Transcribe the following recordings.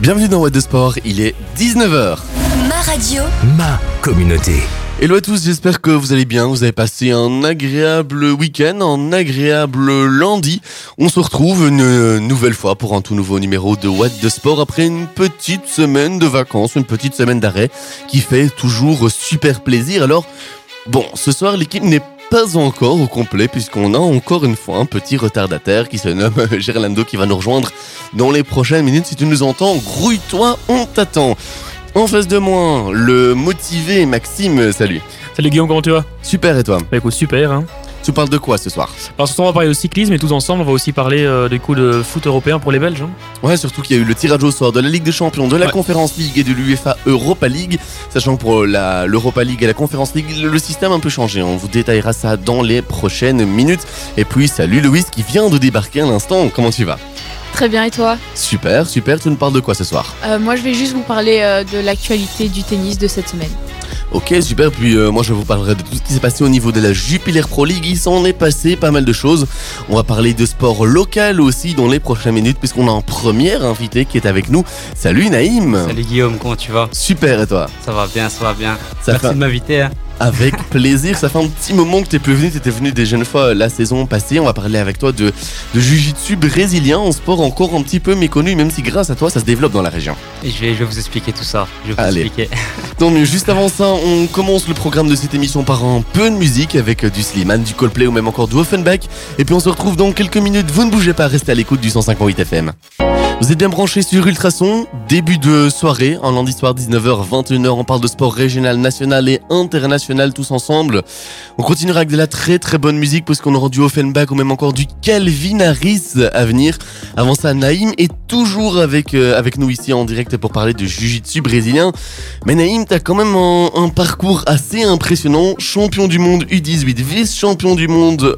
Bienvenue dans What the Sport, il est 19h. Ma radio, ma communauté. Hello à tous, j'espère que vous allez bien, vous avez passé un agréable week-end, un agréable lundi. On se retrouve une nouvelle fois pour un tout nouveau numéro de What the Sport après une petite semaine de vacances, une petite semaine d'arrêt qui fait toujours super plaisir. Alors, bon, ce soir l'équipe n'est pas encore au complet puisqu'on a encore une fois un petit retardataire qui se nomme Gerlando qui va nous rejoindre dans les prochaines minutes. Si tu nous entends, grouille-toi, on t'attend. En face de moi, le motivé Maxime, salut. Salut Guillaume, comment tu vas ? Super, et toi ? Bah écoute, super hein. Tu parles de quoi ce soir ? Alors ce soir on va parler de cyclisme et tous ensemble on va aussi parler du coup de foot européen pour les Belges hein. Ouais, surtout qu'il y a eu le tirage au sort de la Ligue des Champions, de la Conference League et de l'UEFA Europa League. Sachant que pour l'Europa League et la Conference League, le système a un peu changé. On vous détaillera ça dans les prochaines minutes. Et puis salut Louis qui vient de débarquer à l'instant, comment tu vas ? Très bien, et toi ? Super, super, tu nous parles de quoi ce soir ? Moi, je vais juste vous parler de l'actualité du tennis de cette semaine. Ok, super, puis moi je vous parlerai de tout ce qui s'est passé au niveau de la Jupiler Pro League. Il s'en est passé pas mal de choses. On va parler de sport local aussi dans les prochaines minutes puisqu'on a un premier invité qui est avec nous. Salut Naïm. Salut Guillaume, comment tu vas ? Super, et toi ? Ça va bien, ça va bien. Ça Merci fait... de m'inviter hein. Avec plaisir, ça fait un petit moment que t'es plus venu, t'étais venu déjà une fois la saison passée. On va parler avec toi de jiu-jitsu brésilien, un sport encore un petit peu méconnu, même si grâce à toi ça se développe dans la région. Et je vais vous expliquer tout ça, expliquer. Tant mieux, juste avant ça, on commence le programme de cette émission par un peu de musique avec du Slimane, du Coldplay ou même encore du Offenbach. Et puis on se retrouve dans quelques minutes, vous ne bougez pas, restez à l'écoute du 105.8 FM. Vous êtes bien branchés sur Ultrason, début de soirée, un lundi soir 19h, 21h, on parle de sport régional, national et international tous ensemble. On continuera avec de la très très bonne musique puisqu'on aura du Offenbach ou même encore du Calvin Harris à venir. Avant ça, Naïm est toujours avec nous ici en direct pour parler de jiu-jitsu brésilien. Mais Naïm, t'as quand même un parcours assez impressionnant, champion du monde U18, vice-champion du monde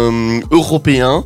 européen.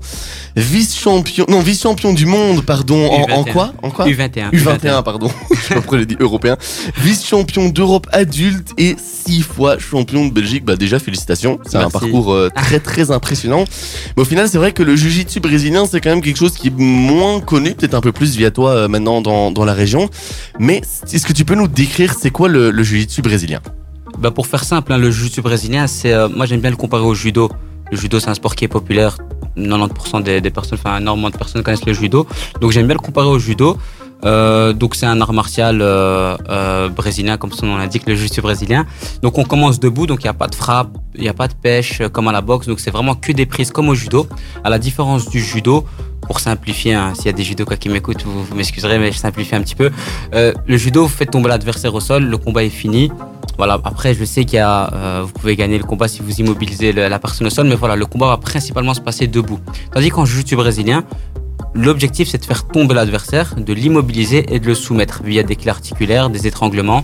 Vice-champion du monde, pardon, en quoi U21. U21, pardon, je sais pas pourquoi j'ai dit européen. Vice-champion d'Europe adulte et 6 fois champion de Belgique. Bah déjà, félicitations, c'est un parcours très très impressionnant. Mais au final, c'est vrai que le jiu-jitsu brésilien, c'est quand même quelque chose qui est moins connu, peut-être un peu plus via toi maintenant dans la région. Mais est-ce que tu peux nous décrire, c'est quoi le jiu-jitsu brésilien ? Bah pour faire simple, hein, le jiu-jitsu brésilien, c'est moi j'aime bien le comparer au judo. Le judo, c'est un sport qui est populaire. 90% des personnes, enfin énormément de personnes connaissent le judo. Donc j'aime bien le comparer au judo. Donc c'est un art martial brésilien, comme son nom l'indique, le jiu-jitsu brésilien. Donc on commence debout, donc il n'y a pas de frappe, il n'y a pas de pêche comme à la boxe. Donc c'est vraiment que des prises comme au judo. À la différence du judo, pour simplifier, hein, s'il y a des judokas qui m'écoutent, vous m'excuserez, mais je simplifie un petit peu. Le judo, vous faites tomber l'adversaire au sol, le combat est fini. Voilà, après je sais qu'il y a, vous pouvez gagner le combat si vous immobilisez la personne au sol, mais voilà, le combat va principalement se passer debout. Tandis qu'en jiu-jitsu brésilien, l'objectif c'est de faire tomber l'adversaire, de l'immobiliser et de le soumettre via des clés articulaires, des étranglements.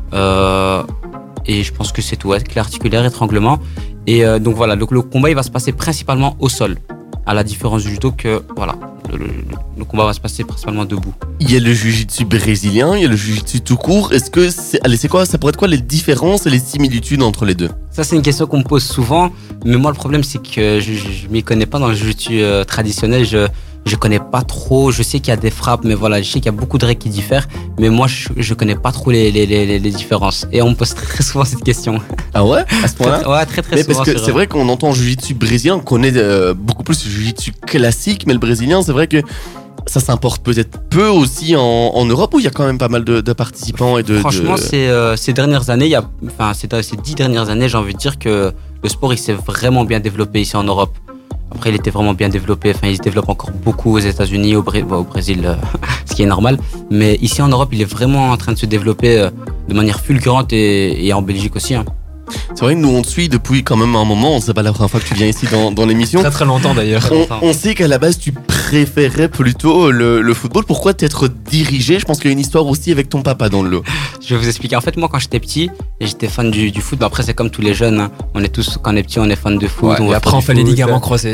Et je pense que c'est tout, clés articulaires, étranglements. Et donc voilà, le combat il va se passer principalement au sol. À la différence du judo que voilà, le combat va se passer principalement debout. Il y a le jiu-jitsu brésilien, il y a le jiu-jitsu tout court. Est-ce que c'est quoi, ça pourrait être quoi les différences et les similitudes entre les deux ? Ça c'est une question qu'on me pose souvent, mais moi le problème c'est que je m'y connais pas dans le jiu-jitsu traditionnel. Je connais pas trop, je sais qu'il y a des frappes, mais voilà, je sais qu'il y a beaucoup de règles qui diffèrent, mais moi je connais pas trop les différences. Et on me pose très souvent cette question. Ah ouais ? À ce point-là ? Ouais, très mais souvent. Parce que c'est vrai qu'on entend jiu-jitsu brésilien, on connaît beaucoup plus le jiu-jitsu classique, mais le brésilien, c'est vrai que ça s'importe peut-être peu aussi en Europe, où il y a quand même pas mal de participants et de... Franchement, ces dernières années, ces 10 dernières années, j'ai envie de dire que le sport il s'est vraiment bien développé ici en Europe. Après, il était vraiment bien développé. Enfin, il se développe encore beaucoup aux États-Unis, au Brésil, ce qui est normal. Mais ici en Europe, il est vraiment en train de se développer de manière fulgurante et en Belgique aussi. Hein. C'est vrai que nous on te suit depuis quand même un moment, c'est pas la première fois que tu viens ici dans l'émission. Très très longtemps d'ailleurs. On sait qu'à la base tu préférais plutôt le football. Pourquoi t'être dirigé ? Je pense qu'il y a une histoire aussi avec ton papa dans le lot. Je vais vous expliquer. En fait, moi quand j'étais petit, j'étais fan du foot. Après c'est comme tous les jeunes, hein. On est tous, quand on est petit, on est fan de foot. Ouais, et après on fait les ligaments croisés.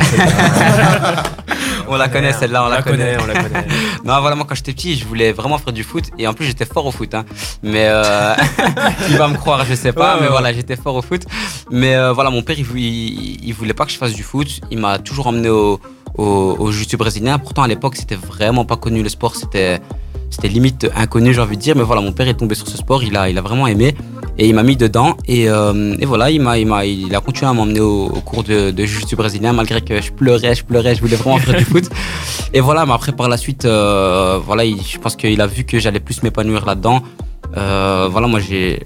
On la connaît celle-là, on la connaît. Non, voilà, moi quand j'étais petit, je voulais vraiment faire du foot et en plus j'étais fort au foot. Hein. Mais il va me croire, je sais pas, mais voilà, j'étais fort au foot. Mais voilà, mon père, il voulait pas que je fasse du foot. Il m'a toujours emmené au jiu-jitsu brésilien. Pourtant, à l'époque, c'était vraiment pas connu le sport. C'était c'était limite inconnu, j'ai envie de dire. Mais voilà, mon père est tombé sur ce sport, il a vraiment aimé. Et il m'a mis dedans. Et voilà, il a continué à m'emmener au cours de jiu-jitsu brésilien, malgré que je pleurais, je voulais vraiment faire du foot. Et voilà, mais après, par la suite, voilà, je pense qu'il a vu que j'allais plus m'épanouir là-dedans. Voilà, moi, j'ai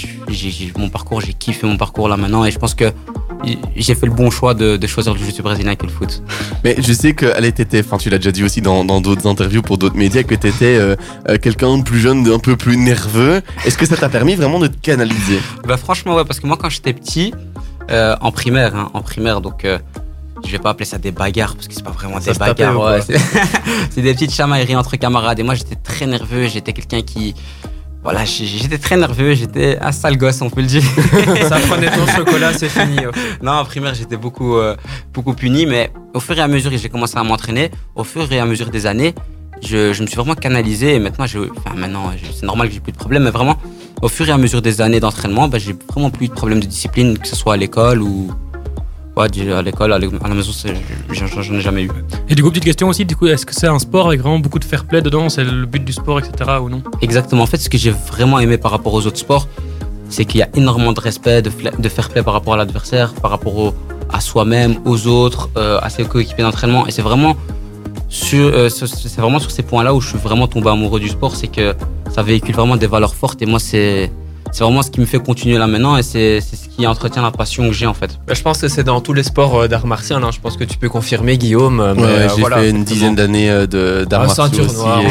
kiffé mon parcours là maintenant. Et je pense que j'ai fait le bon choix de choisir le jiu-jitsu brésilien que le foot. Mais je sais que tu l'as déjà dit aussi dans d'autres interviews pour d'autres médias, que t'étais quelqu'un de plus jeune, d'un peu plus nerveux. Est-ce que ça t'a permis vraiment de te canaliser? Bah franchement ouais, parce que moi quand j'étais petit, en primaire, donc je vais pas appeler ça des bagarres parce que c'est pas vraiment des bagarres. Ouais, c'est des petites chamailleries entre camarades. Et moi j'étais très nerveux, j'étais quelqu'un qui... Voilà, j'étais très nerveux, j'étais un sale gosse, on peut le dire. Ça prenait ton chocolat, c'est fini. Non, en primaire, j'étais beaucoup puni, mais au fur et à mesure que j'ai commencé à m'entraîner, au fur et à mesure des années, je me suis vraiment canalisé. Et maintenant, c'est normal que j'ai plus de problèmes, mais vraiment, au fur et à mesure des années d'entraînement, j'ai vraiment plus de problèmes de discipline, que ce soit à l'école ou... Ouais, à l'école, à la maison, j'en ai jamais eu. Et du coup, petite question aussi, est-ce que c'est un sport avec vraiment beaucoup de fair play dedans? C'est le but du sport, etc. ou non? Exactement. En fait, ce que j'ai vraiment aimé par rapport aux autres sports, c'est qu'il y a énormément de respect, de fair play par rapport à l'adversaire, par rapport à soi-même, aux autres, à ses coéquipiers d'entraînement. Et c'est vraiment sur ces points-là où je suis vraiment tombé amoureux du sport. C'est que ça véhicule vraiment des valeurs fortes. Et moi, c'est vraiment ce qui me fait continuer là maintenant et c'est ce qui entretient la passion que j'ai en fait. Je pense que c'est dans tous les sports d'art martial, hein. Je pense que tu peux confirmer, Guillaume. Ouais, j'ai fait une dizaine d'années d'art martial aussi. Noire,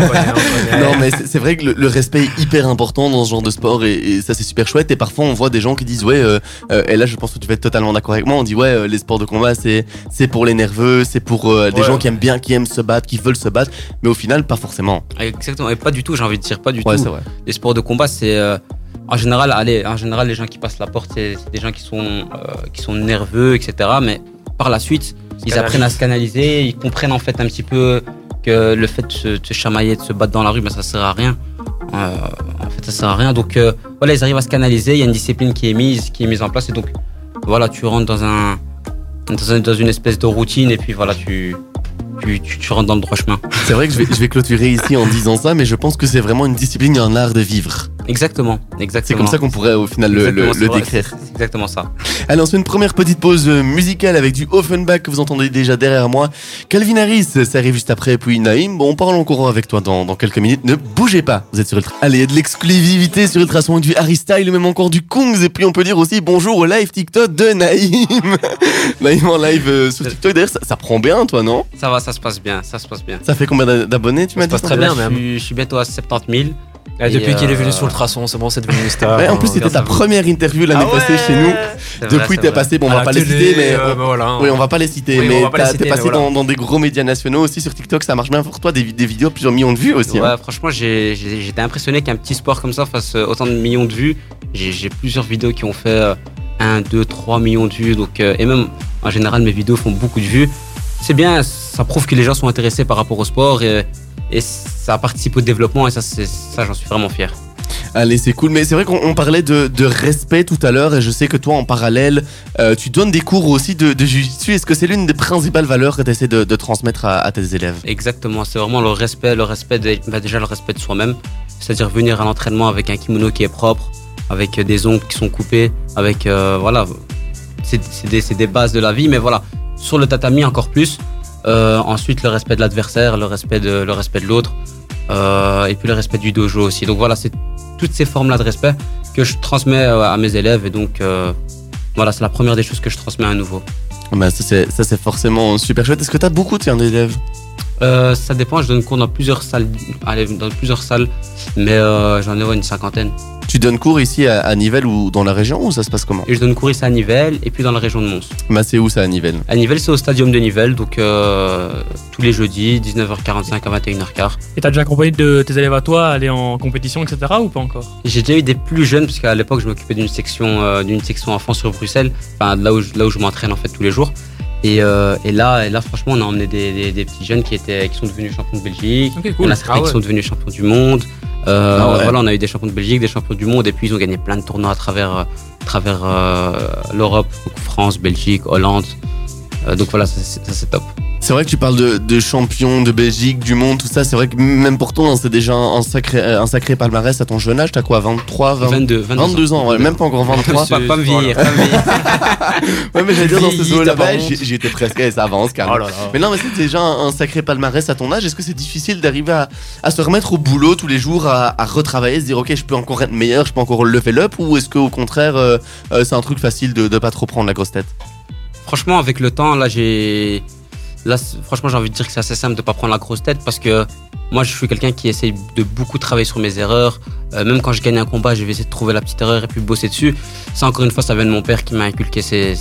Non, mais c'est vrai que le respect est hyper important dans ce genre de sport et ça c'est super chouette. Et parfois on voit des gens qui disent et là je pense que tu vas être totalement d'accord avec moi, on dit les sports de combat c'est pour les nerveux, c'est pour des gens qui aiment se battre, qui veulent se battre, mais au final pas forcément. Exactement, et pas du tout, j'ai envie de dire, pas du tout. C'est vrai. Les sports de combat c'est... En général, les gens qui passent la porte, c'est des gens qui sont nerveux, etc. Mais par la suite, ils apprennent à se canaliser, ils comprennent en fait un petit peu que le fait de se chamailler, de se battre dans la rue, ça sert à rien. En fait, ça sert à rien. Donc voilà, ils arrivent à se canaliser. Il y a une discipline qui est mise en place. Et donc voilà, tu rentres dans une espèce de routine et puis voilà, tu rentres dans le droit chemin. C'est vrai que je vais clôturer ici en disant ça, mais je pense que c'est vraiment une discipline et un art de vivre. Exactement. C'est comme ça qu'on pourrait au final le décrire. C'est exactement ça. Allez, on se fait une première petite pause musicale avec du Offenbach que vous entendez déjà derrière moi. Calvin Harris, ça arrive juste après, puis Naïm. Bon, on parle en courant avec toi dans quelques minutes. Ne bougez pas, vous êtes sur Ultra. Allez, il y a de l'exclusivité sur Ultra Son, du Harry Style, même encore du Kungs. Et puis on peut dire aussi bonjour au live TikTok de Naïm. Naïm en live sur TikTok. D'ailleurs, ça prend bien, toi, non? Ça va, ça se passe bien. Ça fait combien d'abonnés, tu m'as dit? Ça se passe très bien, même. Je suis bientôt à 70 000. Depuis qu'il est venu sur Ultrason, c'est bon, c'est devenu une star. En plus, c'était ta première interview l'année passée chez nous. Depuis, t'es passé, on va pas les citer, mais. Oui, on va pas les citer, mais t'es passé dans des gros médias nationaux aussi sur TikTok, ça marche bien pour toi, des vidéos, plusieurs millions de vues aussi. Ouais, franchement, j'étais impressionné qu'un petit sport comme ça fasse autant de millions de vues. J'ai plusieurs vidéos qui ont fait 1, 2, 3 millions de vues, donc, et même en général, mes vidéos font beaucoup de vues. C'est bien, ça prouve que les gens sont intéressés par rapport au sport et ça participe au développement et ça j'en suis vraiment fier. Allez, c'est cool, mais c'est vrai qu'on parlait de respect tout à l'heure et je sais que toi en parallèle tu donnes des cours aussi de jiu-jitsu. Est-ce que c'est l'une des principales valeurs que tu essaies de transmettre à tes élèves? Exactement, c'est vraiment le respect déjà le respect de soi-même, c'est-à-dire venir à l'entraînement avec un kimono qui est propre, avec des ongles qui sont coupés, avec voilà, c'est des bases de la vie, mais voilà, sur le tatami encore plus. Ensuite le respect de l'adversaire, le respect de l'autre et puis le respect du dojo aussi. Donc voilà, c'est toutes ces formes-là de respect que je transmets à mes élèves et donc voilà, c'est la première des choses que je transmets à nouveau. Ça c'est forcément super chouette. Est-ce que tu as beaucoup d'élèves? Ça dépend, je donne cours dans plusieurs salles, mais j'en ai une 50aine. Tu donnes cours ici à Nivelles ou dans la région ou ça se passe comment? Et je donne cours ici à Nivelles et puis dans la région de Mons. C'est où ça à Nivelles? À Nivelles, c'est au stadium de Nivelles, donc tous les jeudis, 19h45 à 21h15. Et t'as déjà accompagné de tes élèves à toi à aller en compétition, etc. ou pas encore? J'ai déjà eu des plus jeunes, parce qu'à l'époque, je m'occupais d'une section enfants sur Bruxelles, là où je m'entraîne en fait tous les jours. Et là, franchement, on a emmené des petits jeunes qui sont devenus champions de Belgique. Okay, cool. On a certains qui sont devenus champions du monde. Voilà, on a eu des champions de Belgique, des champions du monde, et puis ils ont gagné plein de tournois à travers l'Europe, donc France, Belgique, Hollande. Donc voilà, ça c'est top. C'est vrai que tu parles de champion de Belgique, du monde, tout ça. C'est vrai que même pour toi, hein, c'est déjà un sacré palmarès à ton jeune âge. T'as quoi, 23, 22 ans, ouais, même pas encore 23. Pas me vieillir. Ouais, mais j'allais dire dans ces eaux-là, t'as honte. j'y étais presque, et ça avance carrément. Oh là là. Mais non, mais c'est déjà un sacré palmarès à ton âge. Est-ce que c'est difficile d'arriver à se remettre au boulot tous les jours, à retravailler, se dire ok, je peux encore être meilleur, je peux encore level up, ou est-ce qu'au contraire, c'est un truc facile de pas trop prendre la grosse tête? Franchement, avec le temps, franchement, j'ai envie de dire que c'est assez simple de pas prendre la grosse tête parce que moi, je suis quelqu'un qui essaye de beaucoup travailler sur mes erreurs. Même quand je gagne un combat, je vais essayer de trouver la petite erreur et puis bosser dessus. Ça, encore une fois, ça vient de mon père qui m'a inculqué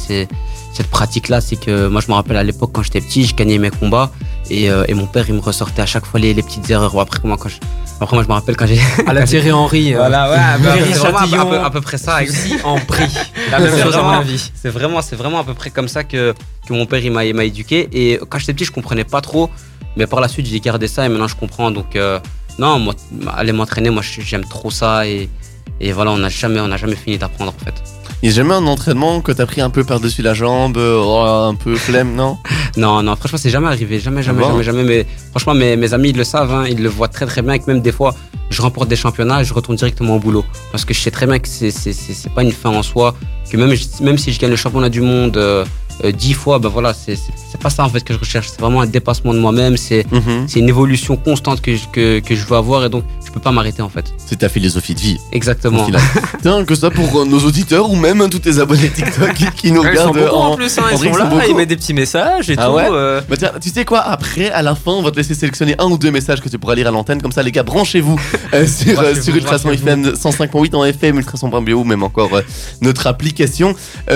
cette pratique-là. C'est que moi, je me rappelle à l'époque, quand j'étais petit, je gagnais mes combats et mon père, il me ressortait à chaque fois les petites erreurs. Ou après, moi, je me rappelle quand j'ai... À la Thierry Henry. Voilà, ouais, Thierry c'est vraiment Chatillon, à peu près ça. Souci en prix. La même chose à mon avis. C'est vraiment à peu près comme ça que mon père il m'a éduqué. Et quand j'étais petit, je comprenais pas trop. Mais par la suite, j'ai gardé ça et maintenant je comprends. Donc, non, moi, aller m'entraîner, moi, j'aime trop ça. Et voilà, on n'a jamais fini d'apprendre en fait. Il n'y a jamais un entraînement que t'as pris un peu par-dessus la jambe, un peu flemme, non? Non, franchement, c'est jamais arrivé. Jamais. Bon. Mais franchement, mes amis, ils le savent. Hein, ils le voient très, très bien. Et que même des fois, je remporte des championnats et je retourne directement au boulot. Parce que je sais très bien que c'est pas une fin en soi. Que même si je gagne le championnat du monde 10 fois, ben voilà, c'est pas ça en fait que je recherche. C'est vraiment un dépassement de moi-même. C'est une évolution constante que je veux avoir et donc je peux pas m'arrêter en fait. C'est ta philosophie de vie. Exactement. Au final. Tiens, que ça pour nos auditeurs ou même tous tes abonnés TikTok qui nous Ils sont regardent beaucoup en plus, hein, ils vrai sont qu'ils là, beaucoup. ils mettent des petits messages et Ah tout. ouais Bah tiens, tu sais quoi, après, à la fin, on va te laisser sélectionner un ou deux messages que tu pourras lire à l'antenne. Comme ça, les gars, branchez-vous sur Ultrason FM 105.8 en FM, ultrason.bio ou même encore notre application.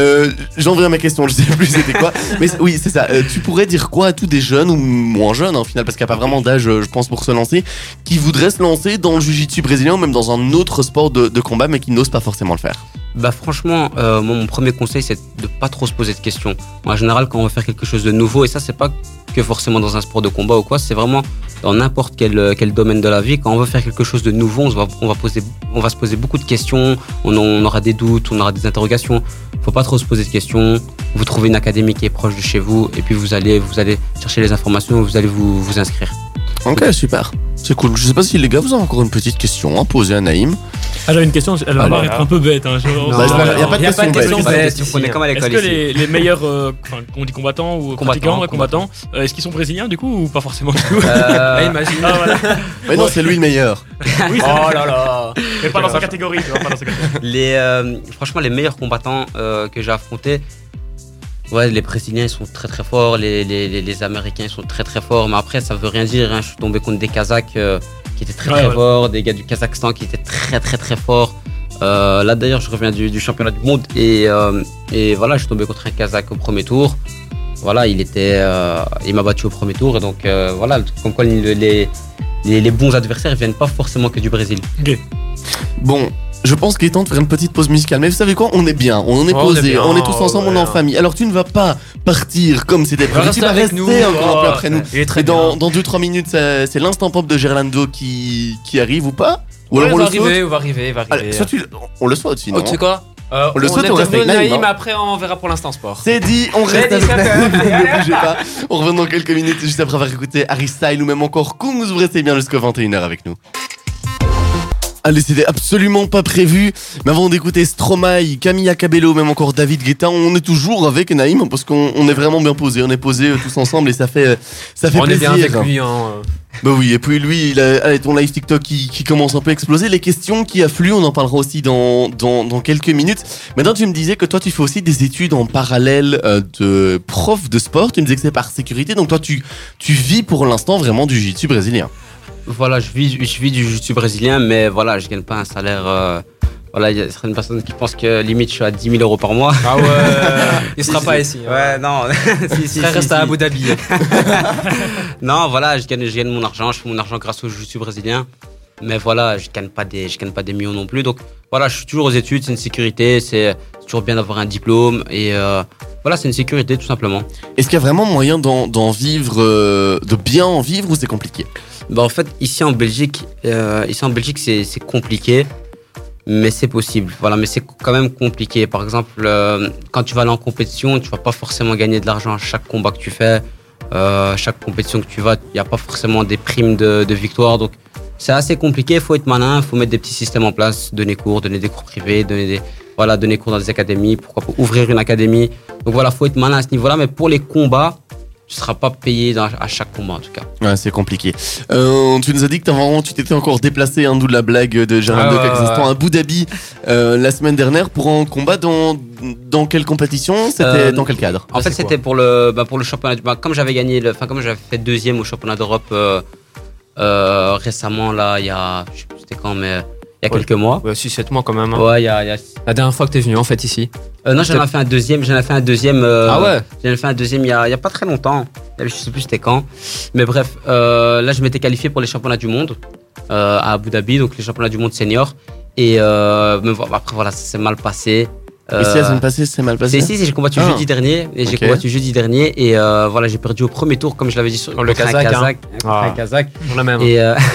J'en viens à ma question, je sais plus c'était quoi. Mais oui, c'est ça. Tu pourrais dire quoi à tous des jeunes ou moins jeunes, hein, au final, parce qu'il n'y a pas vraiment d'âge, je pense, pour se lancer, qui voudraient se lancer dans le jiu-jitsu brésilien ou même dans un autre sport de combat, mais qui n'osent pas forcément le faire? Bah franchement, mon premier conseil c'est de pas trop se poser de questions. En général, quand on veut faire quelque chose de nouveau, et ça c'est pas que forcément dans un sport de combat ou quoi, c'est vraiment dans n'importe quel domaine de la vie. Quand on veut faire quelque chose de nouveau, on va se poser beaucoup de questions, on aura des doutes, on aura des interrogations. Faut pas trop se poser de questions. Vous trouvez une académie qui est proche de chez vous et puis vous allez chercher les informations, vous allez vous inscrire. Ok, super. C'est cool. Je sais pas si les gars, vous avez encore une petite question à poser à Naïm. Ah, j'avais une question, elle va paraître un peu bête. Hein. Il n'y a pas de question bête. On est comme à Est-ce l'école que ici. les meilleurs, on dit combattants ou combattants, est-ce qu'ils sont brésiliens du coup ou pas forcément du coup Imagine. Ah, voilà. Mais non, c'est lui le meilleur. Oui, Oh là là. mais pas dans sa catégorie, tu vois, pas dans sa catégorie. Franchement, les meilleurs combattants que j'ai affrontés, ouais, les Brésiliens ils sont très très forts, les Américains ils sont très très forts, mais après ça veut rien dire. Hein. Je suis tombé contre des Kazakhs qui étaient très forts, des gars du Kazakhstan qui étaient très très très forts. Là d'ailleurs, je reviens du championnat du monde et voilà, je suis tombé contre un Kazakh au premier tour. Voilà, il m'a battu au premier tour et donc voilà, comme quoi les bons adversaires ils viennent pas forcément que du Brésil. Ok. Bon, je pense qu'il est temps de faire une petite pause musicale. Mais vous savez quoi? On est bien, on est posé, on est tous ensemble, on est en famille. Alors tu ne vas pas partir comme c'était prévu. Tu vas avec rester nous. encore un peu après nous. Il est très Et dans bien. 2-3 minutes, c'est l'instant pop de Gerlando qui arrive ou pas? Ou Ouais, alors on va le saute? arriver, va arriver. Allez, soit on le saute sinon. Oh, tu sais quoi On le saute, on reste avec Naïm, Naïm, hein. après on verra pour l'instant sport. C'est dit, on reste C'est dit, avec ça Naïm, fait. ne bougez pas. On revient dans quelques minutes juste après avoir écouté Harry Style ou même encore Kung. Vous restez bien jusqu'à 21h avec nous. Allez, c'était absolument pas prévu. Mais avant d'écouter Stromae, Camilla Cabello, même encore David Guetta, on est toujours avec Naïm parce qu'on est vraiment bien posé. On est posés tous ensemble et ça fait On est plaisir. bien avec lui. Hein. Bah oui, et puis lui, il a allez, ton live TikTok qui commence un peu à exploser. Les questions qui affluent, on en parlera aussi dans quelques minutes. Maintenant, tu me disais que toi, tu fais aussi des études en parallèle de prof de sport. Tu me disais que c'est par sécurité. Donc toi, tu vis pour l'instant vraiment du jiu-jitsu brésilien. Voilà, je vis du jiu-jitsu brésilien, mais voilà, je gagne pas un salaire. Voilà, il y a certaines personnes qui pensent que limite je suis à 10 000 euros par mois. Ah ouais. Il sera pas ici. Ouais, non. Il reste à Abu Dhabi. Non, voilà, je gagne mon argent. Je fais mon argent grâce au jiu-jitsu brésilien. Mais voilà, je gagne pas des millions non plus. Donc voilà, je suis toujours aux études, c'est une sécurité, c'est toujours bien d'avoir un diplôme et voilà, c'est une sécurité tout simplement. Est-ce qu'il y a vraiment moyen d'en vivre, de bien en vivre ou c'est compliqué? Bah en fait, ici en Belgique, c'est compliqué, mais c'est possible. Voilà, mais c'est quand même compliqué. Par exemple, quand tu vas aller en compétition, tu vas pas forcément gagner de l'argent à chaque combat que tu fais. Chaque compétition que tu vas, il n'y a pas forcément des primes de victoire. Donc, c'est assez compliqué. Il faut être malin, il faut mettre des petits systèmes en place, donner des cours privés, donner cours dans des académies, pourquoi pas ouvrir une académie. Donc voilà, il faut être malin à ce niveau-là. Mais pour les combats, tu ne seras pas payé à chaque combat en tout cas. Ouais, c'est compliqué. Tu nous as dit que tu t'étais encore déplacé, d'où la blague de Gérald de quelques instants, à Abu Dhabi la semaine dernière pour un combat dans quelle compétition? C'était dans quel cadre? En fait, c'était pour le championnat. Comme j'avais fait deuxième au championnat d'Europe récemment, là, je sais plus c'était quand, mais il y a quelques mois. Ouais, 6-7 mois quand même. Hein. Ouais, il y a... La dernière fois que t'es venu en fait ici. Non, j'en ai fait un deuxième. Ah ouais. J'en ai fait un deuxième il y a pas très longtemps. Je sais plus c'était quand. Mais bref, là je m'étais qualifié pour les championnats du monde à Abu Dhabi, donc les championnats du monde senior. Et après voilà, ça s'est mal passé. Et si la semaine passée, c'est mal passé? Si, j'ai combattu jeudi dernier. Et voilà, j'ai perdu au premier tour, comme je l'avais dit sur le Kazakh. Un Kazakh. On l'a même. Et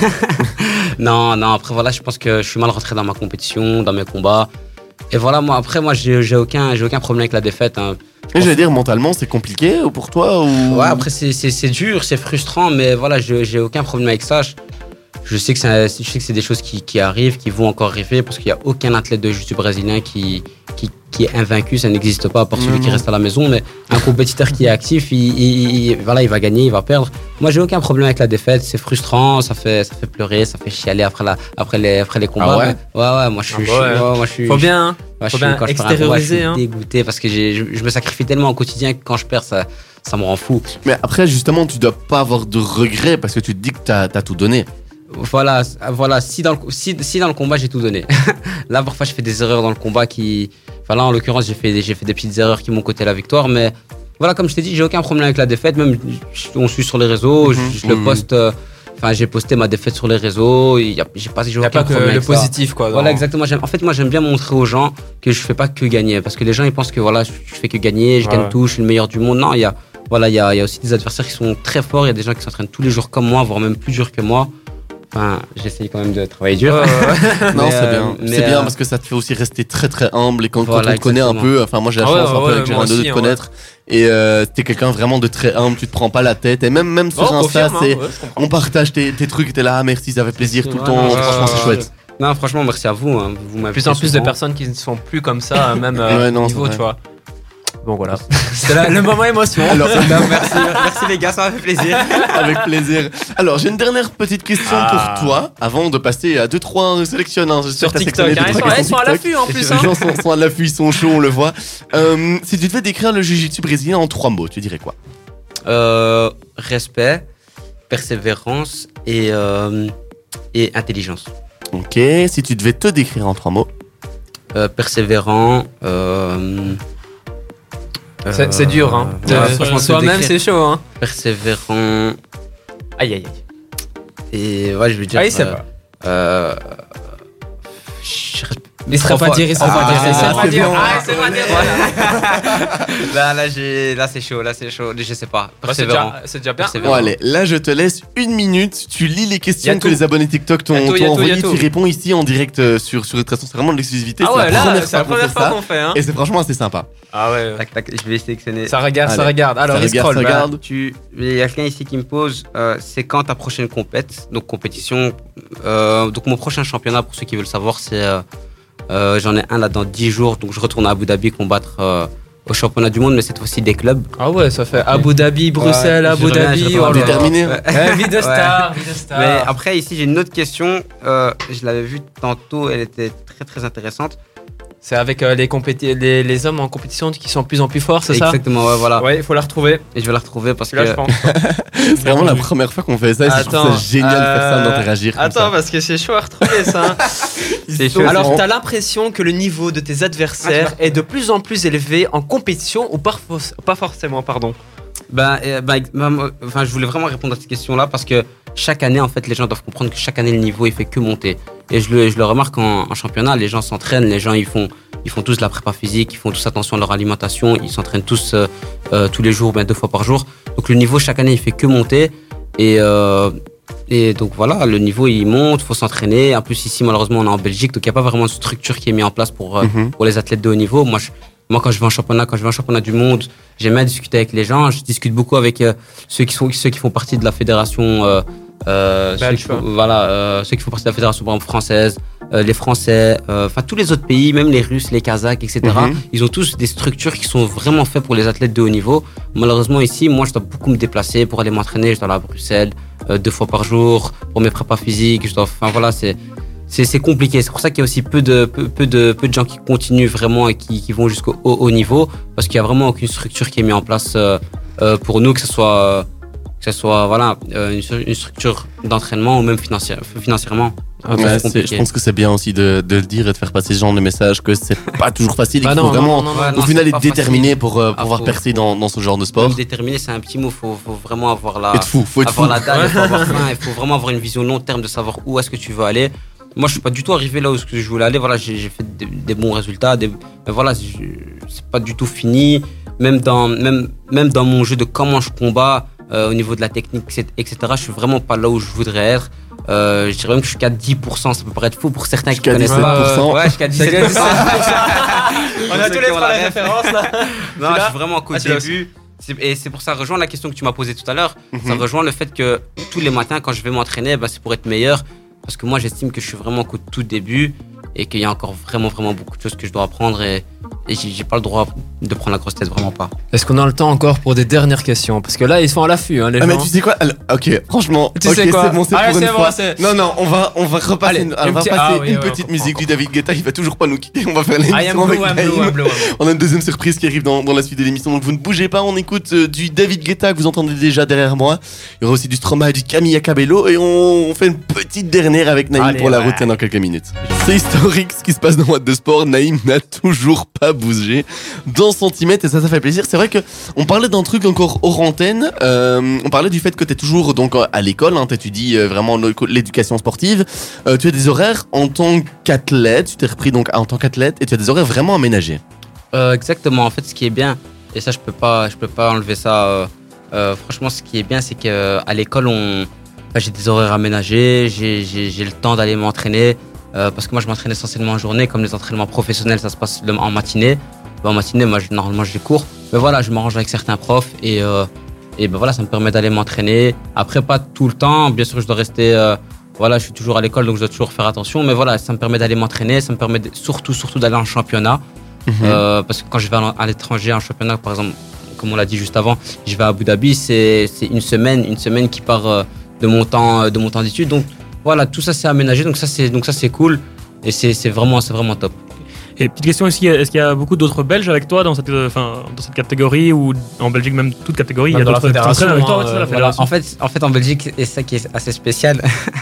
non, après voilà, je pense que je suis mal rentré dans ma compétition, dans mes combats. Et voilà, moi j'ai aucun problème avec la défaite. Hein. Et je vais dire, mentalement, c'est compliqué pour toi ou... Ouais, après c'est dur, c'est frustrant, mais voilà, j'ai aucun problème avec ça. Je sais que c'est des choses qui arrivent, qui vont encore arriver, parce qu'il n'y a aucun athlète de jiu-jitsu brésilien qui est invaincu, ça n'existe pas, à part celui qui reste à la maison. Mais un compétiteur qui est actif, il va gagner, il va perdre. Moi, j'ai aucun problème avec la défaite, c'est frustrant, ça fait pleurer, ça fait chialer après les combats. Ah ouais, moi je suis. Faut bien, hein. Faut bien extérioriser. Je suis dégoûté parce que je me sacrifie tellement au quotidien que quand je perds, ça me rend fou. Mais après, justement, tu dois pas avoir de regrets parce que tu te dis que t'as tout donné. Voilà, si dans le combat j'ai tout donné. Là parfois je fais des erreurs dans le combat là en l'occurrence j'ai fait des petites erreurs qui m'ont coûté la victoire, mais voilà, comme je t'ai dit, j'ai aucun problème avec la défaite, même on suit sur les réseaux, je le poste, j'ai posté ma défaite sur les réseaux, j'ai aucun problème avec le positif quoi. Voilà, exactement. En fait moi j'aime bien montrer aux gens que je fais pas que gagner, parce que les gens ils pensent que voilà, je fais que gagner, je gagne tout, je suis le meilleur du monde. Non, il y a aussi des adversaires qui sont très forts, il y a des gens qui s'entraînent tous les jours comme moi, voire même plus dur que moi. Enfin, j'essaye quand même de travailler dur. Non, c'est bien. C'est bien parce que ça te fait aussi rester très très humble. Et quand on te connaît un peu, enfin moi j'ai la chance un peu avec Gérald de te connaître. Et t'es quelqu'un vraiment de très humble, tu te prends pas la tête. Et même sur Insta, on partage tes trucs, t'es là, merci, ça fait plaisir tout le temps. Franchement, c'est chouette. Non, franchement, merci à vous. Vous m'avez plus en plus de personnes qui ne sont plus comme ça, même niveau, tu vois. Bon voilà, c'était le moment émotion. Alors, merci les gars, ça m'a fait plaisir. Avec plaisir. Alors j'ai une dernière petite question pour toi, avant de passer à 2-3 sélections sur TikTok. Ils sont à l'affût en plus. Les gens sont à l'affût, ils sont chauds, on le voit. Si tu devais décrire le jiu-jitsu brésilien en 3 mots, tu dirais quoi? Respect, persévérance et intelligence. Ok, si tu devais te décrire en 3 mots? Persévérant. C'est dur, hein. Franchement, soi-même, c'est chaud, hein. Persévérant. Aïe. Et ouais, je veux dire. Ah, il sait pas. Il serait pas dire. Là, c'est chaud. Je sais pas. Persévérant. C'est déjà bien. Bon, allez, là, je te laisse 1 minute. Tu lis les questions que les abonnés TikTok t'ont envoyées. Tu réponds ici en direct sur Retraçon. C'est vraiment de l'exclusivité. Ah ouais, là, c'est la première fois qu'on fait. Et c'est franchement assez sympa. Ah ouais. Tac, je vais sélectionner. Ça regarde. Alors, il scroll. Il y a quelqu'un ici qui me pose c'est quand ta prochaine compétition. Donc, mon prochain championnat, pour ceux qui veulent savoir, c'est. J'en ai un là dans 10 jours, donc je retourne à Abu Dhabi combattre au championnat du monde, mais cette fois-ci des clubs. Ah ouais, ça fait Abu Dhabi, Bruxelles, Abu Dhabi. Déterminé. Vie de star. Mais après, ici, j'ai une autre question. Je l'avais vue tantôt, elle était très très intéressante. C'est avec les hommes en compétition qui sont de plus en plus forts, c'est ça? Exactement, ouais, voilà. Ouais, il faut la retrouver. Et je vais la retrouver parce que. Là, je pense. C'est vraiment la première fois qu'on fait ça. Et je trouve ça génial de faire ça, d'interagir. Attends, parce que c'est chaud à retrouver ça. C'est chaud. Alors, t'as l'impression que le niveau de tes adversaires est de plus en plus élevé en compétition ou pas forcément, pardon? Je voulais vraiment répondre à cette question-là parce que chaque année, en fait, les gens doivent comprendre que chaque année, le niveau, il fait que monter. Et je le remarque en championnat, les gens s'entraînent, les gens, ils font tous de la prépa physique, ils font tous attention à leur alimentation, ils s'entraînent tous tous les jours, 2 fois par jour. Donc, le niveau, chaque année, il fait que monter. Et donc, voilà, le niveau, il monte, il faut s'entraîner. En plus, ici, malheureusement, on est en Belgique, donc il n'y a pas vraiment de structure qui est mise en place pour les athlètes de haut niveau. Moi, Moi, quand je vais en championnat du monde, j'aime bien discuter avec les gens. Je discute beaucoup avec ceux qui font partie de la fédération, ceux qui font partie de la fédération par exemple, française, les Français, enfin tous les autres pays, même les Russes, les Kazakhs, etc. Ils ont tous des structures qui sont vraiment faites pour les athlètes de haut niveau. Malheureusement ici, moi je dois beaucoup me déplacer pour aller m'entraîner. Je dois aller à Bruxelles 2 fois par jour pour mes prépas physiques. C'est compliqué. C'est pour ça qu'il y a aussi peu de gens qui continuent vraiment et qui vont jusqu'au haut niveau, parce qu'il y a vraiment aucune structure qui est mise en place pour nous, que ce soit une structure d'entraînement ou même financièrement. Je pense que c'est bien aussi de le dire et de faire passer ce genre de message, que c'est pas toujours facile et qu'il faut vraiment au final être déterminé pour pouvoir percer dans ce genre de sport. Déterminé, c'est un petit mot. Faut vraiment avoir la dalle, il faut avoir faim, il faut vraiment avoir une vision long terme de savoir où est-ce que tu veux aller. Moi, je suis pas du tout arrivé là où je voulais aller. Voilà, j'ai fait des bons résultats. Mais voilà, c'est pas du tout fini. Même dans mon jeu de comment je combats, au niveau de la technique, etc. Je suis vraiment pas là où je voudrais être. Je dirais même que je suis qu'à 10%. Ça peut paraître faux pour certains qui connaissent pas. Ouais, je suis qu'à 17%. On a tous les trois les références là. Non, je suis vraiment qu'au début. Et c'est pour ça, rejoindre la question que tu m'as posée tout à l'heure. Ça rejoint le fait que tous les matins, quand je vais m'entraîner, c'est pour être meilleur. Parce que moi, j'estime que je suis vraiment qu'au tout début et qu'il y a encore vraiment beaucoup de choses que je dois apprendre et j'ai pas le droit de prendre la grosse tête, vraiment pas. Est-ce qu'on a le temps encore pour des dernières questions? Parce que là, ils sont à l'affût, les gens. Mais tu sais quoi? Ok, franchement, sais quoi? C'est bon, c'est pour une fois. Non, on va repasser une petite musique du David Guetta. Il va toujours pas nous quitter. On va faire l'émission avec Naïm. On a une deuxième surprise qui arrive dans la suite de l'émission. Donc vous ne bougez pas. On écoute du David Guetta que vous entendez déjà derrière moi. Il y aura aussi du Stromae, du Camilla Cabello et on fait une petite dernière avec Naïm pour la route dans quelques minutes. C'est historique ce qui se passe dans What de Sport. Naïm n'a toujours pas bougé dans centimètres et ça fait plaisir. C'est vrai que on parlait d'un truc encore hors antenne. On parlait du fait que tu es toujours donc à l'école, tu étudies vraiment l'éducation sportive. Tu as des horaires en tant qu'athlète, tu t'es repris donc en tant qu'athlète et tu as des horaires vraiment aménagés. Exactement. En fait, ce qui est bien, et ça je peux pas enlever ça. Franchement, ce qui est bien, c'est que à l'école, j'ai des horaires aménagés, j'ai le temps d'aller m'entraîner. Parce que moi je m'entraîne essentiellement en journée, comme les entraînements professionnels ça se passe en matinée. En matinée, moi normalement j'ai cours, mais voilà, je m'arrange avec certains profs et voilà, ça me permet d'aller m'entraîner. Après, pas tout le temps, bien sûr je dois rester, je suis toujours à l'école donc je dois toujours faire attention, mais voilà, ça me permet d'aller m'entraîner, ça me permet surtout d'aller en championnat. Parce que quand je vais à l'étranger en championnat, par exemple, comme on l'a dit juste avant, je vais à Abu Dhabi, c'est une semaine qui part de mon temps d'études. Donc voilà, tout ça c'est aménagé, donc ça c'est cool et c'est vraiment top. Et petite question ici, est-ce qu'il y a beaucoup d'autres Belges avec toi dans cette catégorie ou en Belgique même toute catégorie? Il y a d'autres fédérations avec toi, la fédération. En fait en Belgique, et ça qui est assez spécial,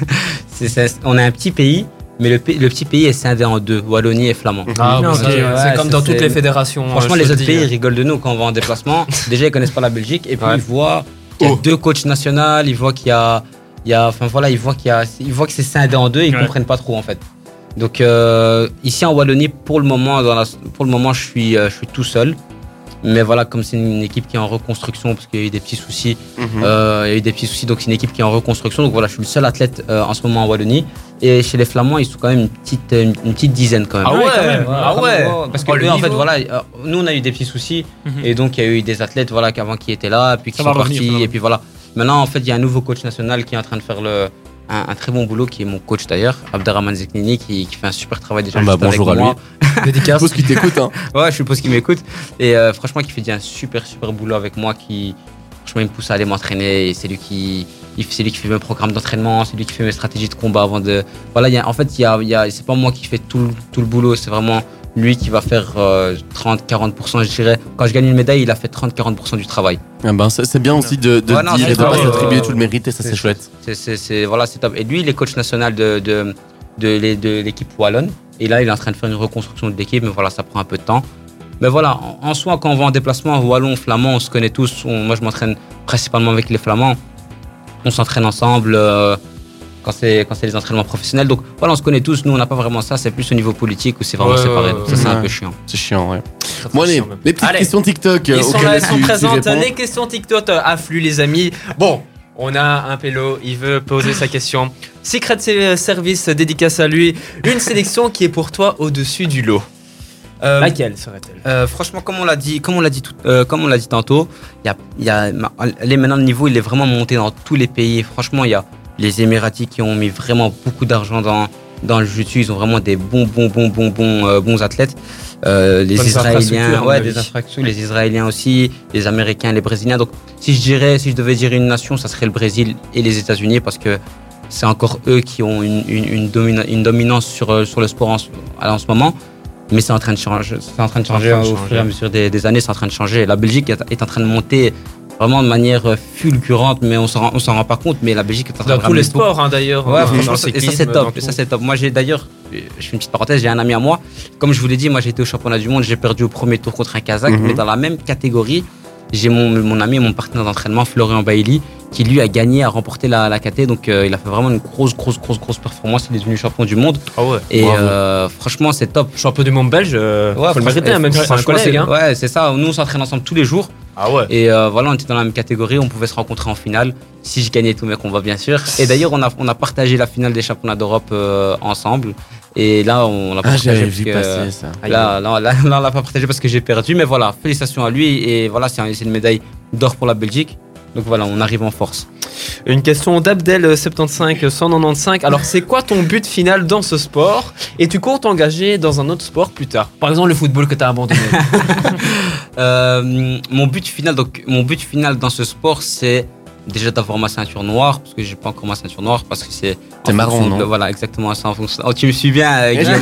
on a un petit pays. Mais le petit pays est scindé en deux, Wallonie et Flamand. C'est comme dans toutes les fédérations. Franchement, les autres pays ils rigolent de nous quand on va en déplacement. Déjà, ils connaissent pas la Belgique et puis ils voient qu'il y a 2 coachs nationaux, ils voient qu'il y a ils voient que c'est scindé en deux et ils comprennent pas trop en fait. Donc ici en Wallonie, pour le moment, je suis tout seul. Mais voilà, comme c'est une équipe qui est en reconstruction, parce qu'il y a eu des petits soucis, donc c'est une équipe qui est en reconstruction. Donc voilà, je suis le seul athlète en ce moment en Wallonie. Et chez les Flamands, ils sont quand même une petite dizaine quand même. Ah ouais. Parce que eux, en fait, voilà, nous on a eu des petits soucis, et donc il y a eu des athlètes avant qui étaient là, puis qui sont partis, et puis voilà. Maintenant, en fait, il y a un nouveau coach national qui est en train de faire un très bon boulot, qui est mon coach d'ailleurs, Abderrahmane Zeknini, qui fait un super travail déjà juste bonjour avec moi. Dédicace. Je suppose qu'il t'écoute. Ouais, je suppose qu'il m'écoute. Et franchement, qui fait un super boulot avec moi, qui franchement il me pousse à aller m'entraîner. Et c'est lui qui fait mes programmes d'entraînement, c'est lui qui fait mes stratégies de combat avant de. Voilà, c'est pas moi qui fais tout le boulot, c'est vraiment lui qui va faire 30-40%, je dirais. Quand je gagne une médaille, il a fait 30-40% du travail. C'est bien aussi de dire et de pas s'attribuer tout le mérite, et ça c'est chouette. C'est top. Et lui, il est coach national de l'équipe wallonne. Et là, il est en train de faire une reconstruction de l'équipe, mais voilà, ça prend un peu de temps. Mais voilà, en soi, quand on va en déplacement, wallon, flamand, on se connaît tous. Moi, je m'entraîne principalement avec les flamands. On s'entraîne ensemble quand c'est les entraînements professionnels. Donc voilà, on se connaît tous. Nous, on n'a pas vraiment ça. C'est plus au niveau politique où c'est vraiment séparé. Donc ça, c'est un peu chiant. C'est chiant, ouais. Bon, les petites questions TikTok. Ils sont présentes. Les questions TikTok affluent, les amis. Bon. On a un pélo, il veut poser sa question. Secret Service, dédicace à lui. Une sélection qui est pour toi au-dessus du lot. Laquelle serait-elle Franchement, comme on l'a dit tantôt, elle est maintenant le niveau, il est vraiment monté dans tous les pays. Franchement, il y a les Émiratis qui ont mis vraiment beaucoup d'argent dans le jiu-jitsu. Ils ont vraiment des bons athlètes. Les Israéliens, des infrastructures, les Israéliens aussi, les Américains, les Brésiliens. Donc, si je devais dire une nation, ça serait le Brésil et les États-Unis parce que c'est encore eux qui ont une dominance sur le sport en ce moment. Mais c'est en train de changer. Au fur et à mesure des années, c'est en train de changer. La Belgique est en train de monter vraiment de manière fulgurante, mais on s'en rend pas compte. Mais la Belgique est en train de dans tous les sports, d'ailleurs. Ouais, franchement, ça c'est top. Ça c'est top. Moi, je fais une petite parenthèse. J'ai un ami à moi. Comme je vous l'ai dit, moi j'ai été au championnat du monde. J'ai perdu au premier tour contre un Kazakh. Mais dans la même catégorie, j'ai mon ami et mon partenaire d'entraînement, Florian Bailly, qui lui a remporté la KT. Donc il a fait vraiment une grosse performance. Il est devenu champion du monde. Ah ouais. Et franchement, c'est top. Champion du monde belge, faut le mériter, même si c'est un collègue. Ouais, c'est ça. Nous, on s'entraîne ensemble tous les jours. Ah ouais. Et voilà, on était dans la même catégorie. On pouvait se rencontrer en finale. Si je gagnais tout, mec, on va bien sûr. Et d'ailleurs, on a partagé la finale des championnats d'Europe ensemble. Et là, on l'a pas partagé. J'avais vu passer ça. Là, on l'a pas partagé parce que j'ai perdu. Mais voilà, félicitations à lui. Et voilà, c'est une médaille d'or pour la Belgique. Donc voilà, on arrive en force. Une question d'Abdel 75 195. Alors, c'est quoi ton but final dans ce sport? Et tu comptes t'engager dans un autre sport plus tard? Par exemple, le football que tu as abandonné. Mon but final dans ce sport, c'est déjà d'avoir ma ceinture noire, parce que j'ai pas encore ma ceinture noire, parce que c'est marrant, non? Voilà, exactement ça. Oh, tu me suis bien, Guillaume.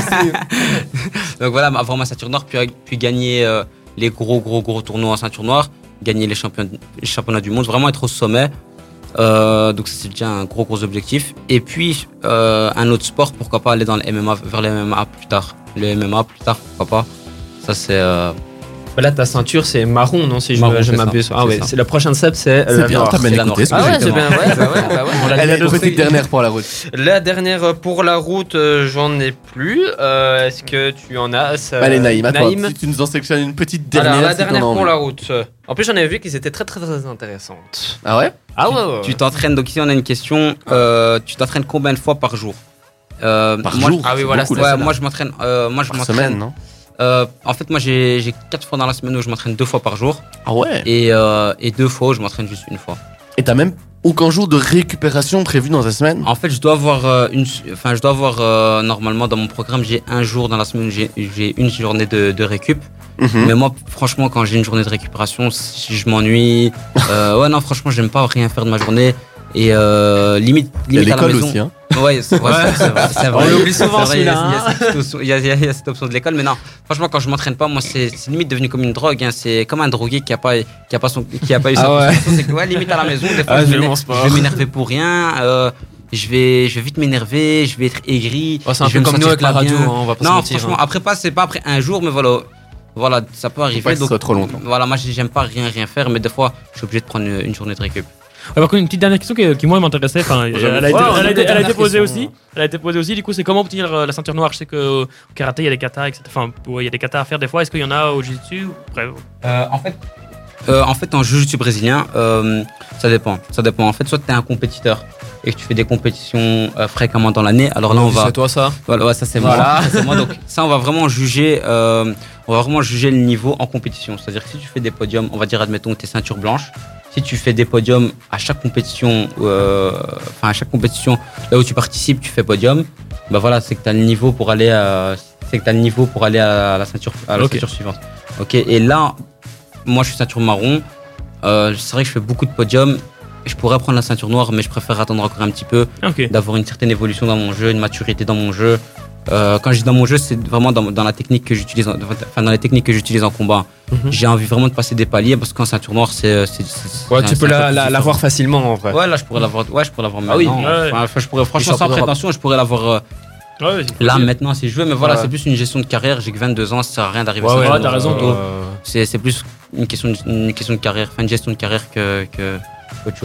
Donc voilà, avoir ma ceinture noire, puis gagner les gros tournois en ceinture noire, gagner les championnats du monde, vraiment être au sommet. Donc c'est déjà un gros objectif. Et puis un autre sport, pourquoi pas aller dans le MMA, vers le MMA plus tard. Le MMA plus tard, pourquoi pas. Ça c'est. Là, ta ceinture, c'est marron, non? Si je m'abuse. Ah ouais, c'est la prochaine step, c'est C'est bien, t'as bien écouté ce que j'ai dit. C'est bien, ouais. Elle est une petite dernière pour la route. La dernière pour la route, j'en ai plus. Est-ce que tu en as Allez, Naïm, à toi. Si tu nous en sélectionnes une petite dernière. Alors, la dernière pour la route. En plus, j'en avais vu qu'ils étaient très intéressantes. Ah ouais? Ah ouais. Tu t'entraînes, donc ici on a une question. Tu t'entraînes combien de fois par jour? Par jour? Ah oui, voilà, c'est ça. Moi je m'entraîne. Par semaine, non? En fait, moi j'ai 4 fois dans la semaine où je m'entraîne 2 fois par jour. Ah ouais? Et 2 fois où je m'entraîne juste une fois. Et t'as même aucun jour de récupération prévu dans ta semaine? En fait, je dois avoir normalement dans mon programme, j'ai un jour dans la semaine où j'ai une journée de récup. Mais moi, franchement, quand j'ai une journée de récupération, si je m'ennuie. Ouais, non, franchement, j'aime pas rien faire de ma journée. Et limite à la maison. Aussi, hein. Ouais, c'est vrai. On l'oublie souvent celui-là. Il y a cette option de l'école, mais non. Franchement, quand je m'entraîne pas, moi, c'est limite devenu comme une drogue. Hein. C'est comme un drogué qui a pas eu sa c'est que ouais, limite à la maison. Des fois, je vais m'énerver pour rien. Je vais vite m'énerver. Je vais être aigri. C'est un peu comme nous avec la radio. On va pas se mentir. Franchement, après c'est pas après un jour, mais voilà, ça peut arriver. Faut pas que ce soit trop longtemps. Voilà, moi, j'aime pas rien faire, mais des fois, je suis obligé de prendre une journée de récup. Par contre, une petite dernière question qui moi m'intéressait, elle a été posée aussi. Elle a été posée aussi. Du coup, c'est comment obtenir la ceinture noire? Je sais qu'au karaté, il y a des katas, etc. Enfin, il y a des katas à faire des fois. Est-ce qu'il y en a au jiu-jitsu? En fait, en jiu-jitsu brésilien, ça dépend. En fait, soit tu es un compétiteur et que tu fais des compétitions fréquemment dans l'année. Alors là, on va. C'est toi ça? Voilà, ouais, ça c'est moi. Ça, c'est moi. Donc ça, on va vraiment juger le niveau en compétition. C'est-à-dire que si tu fais des podiums, on va dire, admettons, tes ceintures blanches. Si tu fais des podiums à chaque compétition, là où tu participes, tu fais podium. Bah voilà, c'est que tu as le niveau pour aller à la ceinture, ceinture suivante. Ok. Et là, moi, je suis ceinture marron. C'est vrai que je fais beaucoup de podiums. Je pourrais prendre la ceinture noire, mais je préfère attendre encore un petit peu, d'avoir une certaine évolution dans mon jeu, une maturité dans mon jeu. Quand je dis dans mon jeu, c'est vraiment dans la technique que j'utilise, dans les techniques que j'utilise en combat. J'ai envie vraiment de passer des paliers parce qu'en ceinture noire, tu peux l'avoir facilement en vrai. Ouais, là, je pourrais l'avoir. Ouais, je pourrais l'avoir maintenant. Ah oui. Enfin, je pourrais, franchement, sans prétention, je pourrais l'avoir. Là maintenant si je veux, mais voilà, c'est plus une gestion de carrière. J'ai que 22 ans, ça sert à rien d'arriver à ça. T'as raison. C'est plus une question de carrière, enfin une gestion de carrière que autre chose.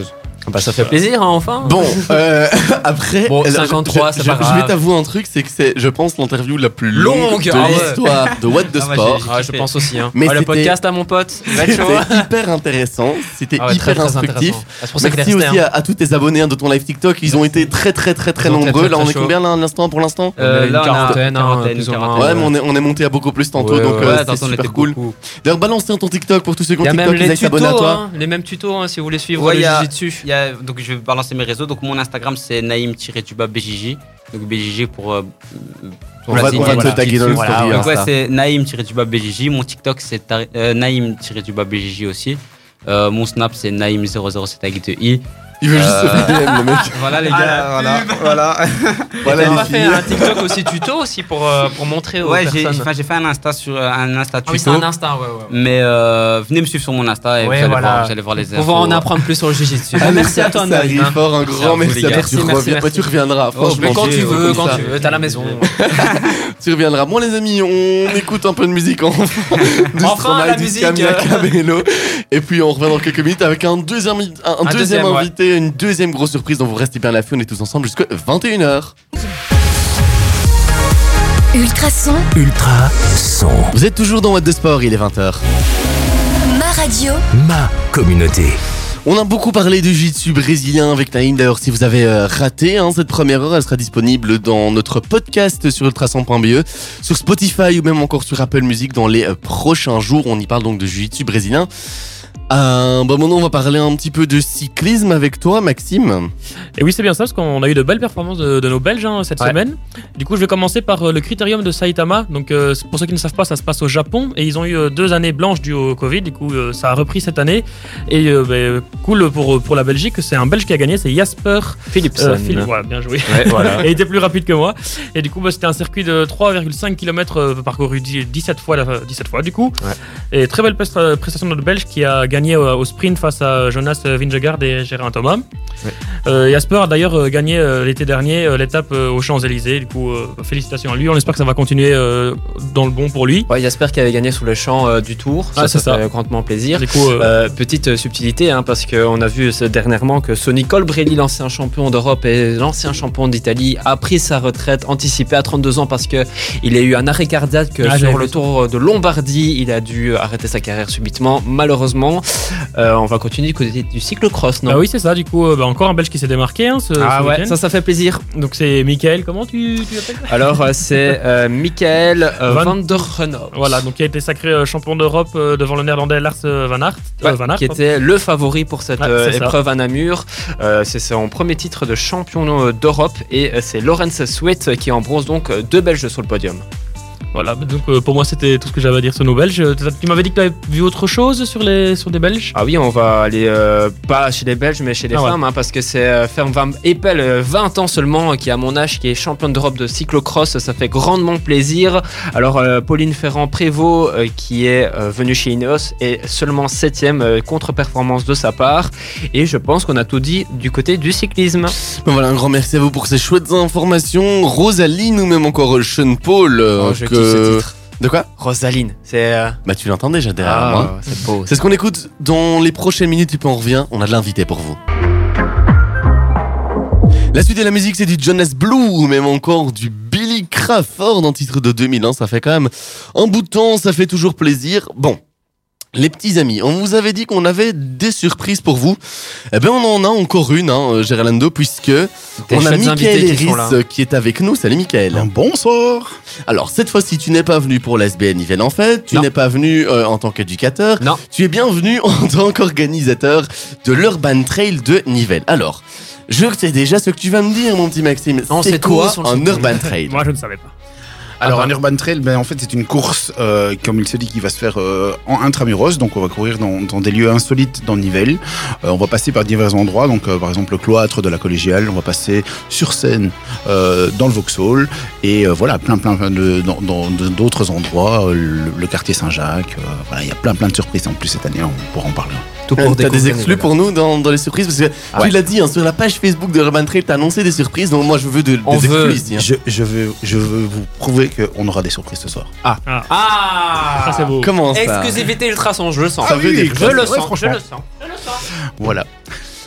Bah, ça fait plaisir, hein, enfin. Bon, après, Bon, 53, c'est pas je vais grave. t'avouer un truc, c'est que c'est, je pense, l'interview la plus longue de Ah ouais. l'histoire de What the Ah, moi, Sport. j'ai Ah, je kiffé. pense aussi. Hein. Mais le c'était- podcast à mon pote, il va être C'était chaud. hyper intéressant, c'était Ah ouais, hyper très, très instructif. intéressant. Ah, c'est pour ça qu'il est Merci resté. aussi hein. à tous tes abonnés de ton live TikTok, ils ont été très Ils ont été nombreux. très, Là, on très est chauds. combien là, pour l'instant Une Là, on a quarantaine, hein, quarantaine, plus ou moins. quarantaine. Ouais, mais on est monté à beaucoup plus tantôt, Ouais, donc ouais, Ouais, c'est attends, on super était cool. beaucoup. D'ailleurs, balance ton TikTok pour tous ceux qui ont Il y a TikTok, même ils les aillent s'abonner à tutos, toi. hein, les mêmes tutos hein, si vous voulez suivre Ouais, le il y a- Jiu-Jitsu. Donc je vais balancer mes réseaux. Donc mon Instagram c'est naïm-BJJ. Donc BJJ pour On va te taguer dans le Voilà, story. ouais. Donc ouais, Insta. c'est naïm-BJJ. Mon TikTok c'est naïm-BJJ aussi. Mon Snap c'est naïm007 avec 2 i. Il veut juste se faire DM, le mec. Voilà les gars, voilà. Voilà, T'as les pas fait filles. un TikTok aussi tuto aussi pour montrer aux Ouais, j'ai personnes. fait un Insta sur un Insta Ah tuto. oui, c'est un Insta, ouais. Mais venez me suivre sur mon Insta et Ouais, vous allez voir les infos. On va en apprendre plus sur le Jiu-Jitsu. Ah, merci à toi, Ça arrive Naïm. fort, un Merci à grand vous, merci les à gars. toi. Merci, Tu merci, reviens, merci. tu reviendras, Oh, franchement. mais quand tu veux, comme ça. t'es à la maison. Tu reviendras. Bon, les amis, on écoute un peu de musique en Enfin, la musique. Cabello. Et puis, on revient dans quelques minutes avec un deuxième deuxième, ouais. invité, une deuxième grosse surprise. Donc, vous restez bien à la fin. On est tous ensemble jusqu'à 21h. Ultrason, Ultra son, Vous êtes toujours dans What the Sport, il est 20h. ma radio, ma communauté. On a beaucoup parlé du jiu-jitsu brésilien avec Naïm. D'ailleurs, si vous avez raté cette première heure, elle sera disponible dans notre podcast sur ultrason.be, sur Spotify ou même encore sur Apple Music dans les prochains jours. On y parle donc de jiu-jitsu brésilien. Maintenant, on va parler un petit peu de cyclisme avec toi, Maxime. Et oui, c'est bien ça, parce qu'on a eu de belles performances de nos Belges cette Ouais. semaine. Du coup, je vais commencer par le critérium de Saitama. Donc, pour ceux qui ne savent pas, ça se passe au Japon. Et ils ont eu 2 années blanches dues au Covid. Du coup, ça a repris cette année. Et cool pour la Belgique, c'est un Belge qui a gagné, c'est Jasper Philipson. Voilà, bien joué. Ouais, voilà. Et il était plus rapide que moi. Et du coup, c'était un circuit de 3,5 km parcouru 17 fois du coup. Ouais. Et très belle prestation de notre Belge qui a gagné au sprint face à Jonas Vingegaard et Geraint Thomas. Jasper a d'ailleurs gagné l'été dernier l'étape aux Champs-Élysées. Du coup, félicitations à lui. On espère que ça va continuer dans le bon pour lui. Ouais, Jasper qui avait gagné sous le champ du Tour. Ah, c'est ça. fait grandement plaisir. Du coup, Petite subtilité, hein, parce qu'on a vu dernièrement que Sonny Colbrelli, l'ancien champion d'Europe et l'ancien champion d'Italie, a pris sa retraite anticipée à 32 ans parce qu'il a eu un arrêt cardiaque Ah, sur j'avais le vu Tour de Lombardie. Il a dû arrêter sa carrière subitement, malheureusement. On va continuer du côté du cyclocross, non? ah oui, c'est ça. Du coup, encore un Belge qui s'est démarqué ce Ah ouais, week-end. ça fait plaisir. Donc c'est Michael. Comment tu l'appelles? Alors c'est Michael Van der Heuvel. Voilà, donc il a été sacré champion d'Europe devant le néerlandais Lars Van Aert. Ouais, Van Aert, qui était le favori pour cette Ouais, c'est ça. épreuve à Namur. C'est son premier titre de champion d'Europe et c'est Laurens Sweet qui est en bronze, donc 2 Belges sur le podium. Voilà, donc pour moi c'était tout ce que j'avais à dire sur nos Belges. Tu m'avais dit que tu avais vu autre chose sur des Belges? Ah oui, on va aller pas chez les Belges mais chez les Ah ouais. femmes, hein, parce que c'est Fern Van Eppel, 20 ans seulement, qui est à mon âge, qui est championne d'Europe de cyclocross. Ça fait grandement plaisir. Alors Pauline Ferrand-Prévot qui est venue chez Ineos est seulement 7ème, contre-performance de sa part. Et je pense qu'on a tout dit du côté du cyclisme. Ben voilà, un grand merci à vous pour ces chouettes informations. Rosaline ou même encore Sean Paul. Je kiffe ce titre. De quoi? Rosaline, c'est... Bah tu l'entends déjà derrière moi. c'est beau. C'est ce qu'on écoute dans les prochaines minutes et puis on revient. On a de l'invité pour vous. La suite de la musique, c'est du Jonas Blue ou même encore du Billy Crawford, un titre de 2001. Ça fait quand même un bout de temps, ça fait toujours plaisir. Bon. Les petits amis, on vous avait dit qu'on avait des surprises pour vous. Eh ben, on en a encore une, Gerlando, puisque on a chouettes Michael invités qui sont là. Eris qui est avec nous. Salut Michael. Bonsoir. Alors, cette fois-ci, tu n'es pas venu pour l'SBN Nivelles en fait, tu Non. n'es pas venu en tant qu'éducateur, Non. tu es bien venu en tant qu'organisateur de l'Urban Trail de Nivelles. Alors, je sais déjà ce que tu vas me dire, mon petit Maxime. Non, c'est c'est quoi tout sur le un site. Urban Trail? Moi je ne savais pas. Alors, un Urban Trail, en fait, c'est une course, comme il se dit, qui va se faire en intramuros. Donc, on va courir dans des lieux insolites dans Nivelles. On va passer par divers endroits. Donc, par exemple, le cloître de la Collégiale. On va passer sur Seine, dans le Vauxhall. Et voilà, plein d'autres endroits. Le quartier Saint-Jacques. Voilà, il y a plein de surprises en plus cette année. On pourra en parler. Tout T'as découvrir des exclus Nivelles. pour nous dans les surprises parce que tu l'as dit sur la page Facebook de Urban Trail, t'as annoncé des surprises, donc moi je veux des On veut. exclus ici. Je veux vous prouver qu'on aura des surprises ce soir. Ah Ça c'est beau. Comment ça? Exclusivité Ultrason, je le sens. Ça veut dire Je le ouais, sens, je franchement. le sens. Voilà.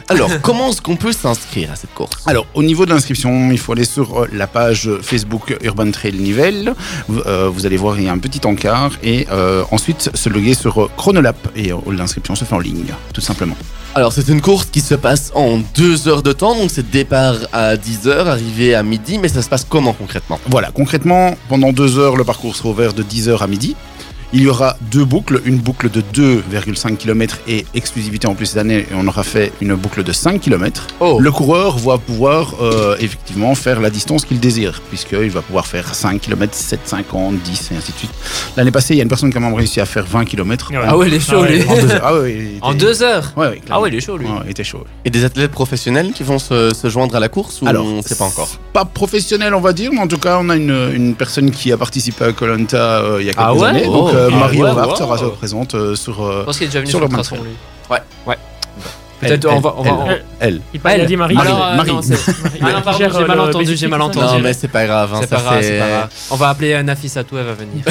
Alors, comment est-ce qu'on peut s'inscrire à cette course? Alors, au niveau de l'inscription, il faut aller sur la page Facebook Urban Trail Nivelles. Vous allez voir, il y a un petit encart et ensuite se loguer sur Chronolap et l'inscription se fait en ligne, tout simplement. Alors, c'est une course qui se passe en 2 heures de temps, donc c'est départ à 10h, arrivée à midi, mais ça se passe comment concrètement? Voilà, concrètement, pendant 2 heures, le parcours sera ouvert de 10h à midi. Il y aura 2 boucles, une boucle de 2,5 km et exclusivité en plus cette année, on aura fait une boucle de 5 km. Oh. Le coureur va pouvoir effectivement faire la distance qu'il désire, puisqu'il va pouvoir faire 5 km, 7, 50, 10 et ainsi de suite. L'année passée, il y a une personne qui a même réussi à faire 20 km. Ouais. Ah ouais, il est chaud, lui. En 2 heures. Ah ouais, il était- En 2 heures. Ouais, clairement. Ah ouais, il est chaud, lui. Ouais, il était chaud. Et des athlètes professionnels qui vont se joindre à la course ou on ne sait pas encore? Pas professionnel, on va dire, mais en tout cas, on a une personne qui a participé à Koh Lanta il y a quelques Ah ouais. années. Donc, Oh. Marie Ah ouais, Howard wow. sera présente sur. Je pense qu'il est déjà venu Sur sur le le traçon, Mantrail. lui. Ouais. Peut-être on va. Elle. Il a dit Marie. Alors, Marie. non, c'est- Ah non, pardon, Gère, j'ai mal le entendu, j'ai BC, mal c'est ça entendu. Non, mais c'est pas grave. hein, C'est ça pas grave, fait- c'est pas grave. On va appeler Nafissatou, elle va venir.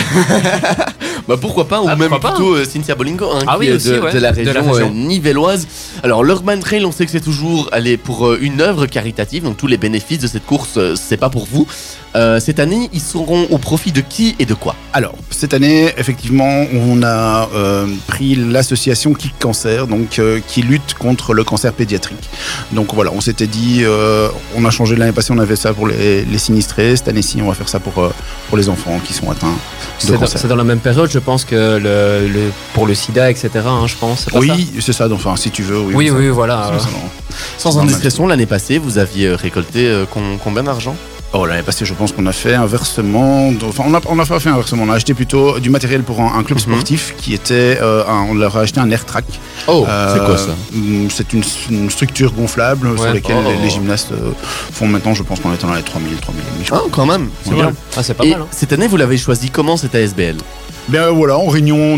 Bah pourquoi pas, ou Ah, même pourquoi pas, plutôt Cynthia Bolingo, hein, Ah qui oui, est aussi, de, ouais, de la de la région, région. nivelloise. Alors l'Urban Trail, on sait que c'est toujours aller pour une œuvre caritative, donc tous les bénéfices de cette course, c'est pas pour vous. Cette année, ils seront au profit de qui et de quoi? Alors, cette année, effectivement, on a pris l'association Kick Cancer, donc qui lutte contre le cancer pédiatrique. Donc voilà, on s'était dit, on a changé l'année passée, on avait ça pour les sinistrés. Cette année-ci, on va faire ça pour les enfants qui sont atteints de cancer. C'est dans la même période, je pense, que pour le sida, etc. hein, je pense. c'est pas ça Oui, c'est ça. Donc, enfin, si tu veux, oui. Oui, ça- oui, voilà. ça, non. Sans indiscrétion, l'année passée, vous aviez récolté combien d'argent? Oh, l'année passée, je pense qu'on a fait un versement. Enfin, on n'a pas fait un versement. On a acheté plutôt du matériel pour un club sportif qui était. On leur a acheté un air track. Oh, c'est quoi ça? C'est une structure gonflable sur Ouais. laquelle Oh. les gymnastes font maintenant. Je pense qu'on est dans les 3000, 3000 Ah, quand même, c'est Ouais. bien. Ah, c'est pas Et mal. Hein. cette année, vous l'avez choisi comment cette ASBL? Bien voilà, en réunion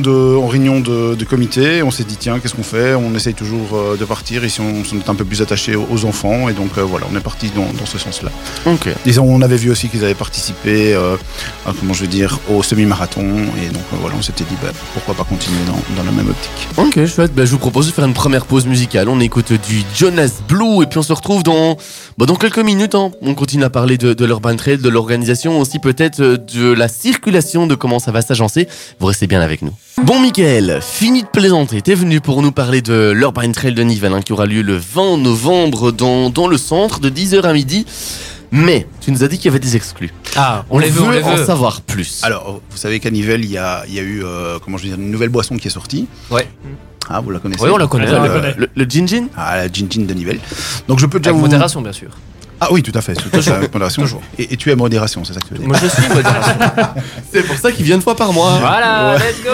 de comité, on s'est dit tiens, qu'est-ce qu'on fait? On essaye toujours de partir et si on est un peu plus attaché aux enfants et donc voilà, on est parti dans ce sens-là. Ok. Disons, on avait vu aussi qu'ils avaient participé, comment je veux dire, au semi-marathon et donc voilà, on s'était dit pourquoi pas continuer dans la même optique. Ok, chouette. Bah, je vous propose de faire une première pause musicale. On écoute du Jonas Blue et puis on se retrouve dans quelques minutes. Hein. On continue à parler de l'Urban Trail, de l'organisation, aussi peut-être de la circulation, de comment ça va s'agencer. Vous restez bien avec nous. Bon, Mickaël, fini de plaisanter. T'es venu pour nous parler de l'Urban Trail de Nivelles, hein, qui aura lieu le 20 novembre dans le centre de 10h à midi. Mais tu nous as dit qu'il y avait des exclus. Ah, on les veut, on les en veut. savoir plus. Alors, vous savez qu'à Nivelles, il y a eu, comment je veux dire, une nouvelle boisson qui est sortie. Ouais. Ah, vous la connaissez? Oui, on la connaît. Ouais, on la Le- connaît. Le Gin Gin? Ah, la Gin Gin de Nivelles. Donc je peux déjà Avec vous... modération, bien sûr. Ah oui, tout à fait. Tout à fait avec modération. Toujours. Et tu es modération, c'est ça que tu veux dire? Moi, je suis modération. C'est pour ça qu'ils viennent une fois par mois. Voilà, Ouais. let's go.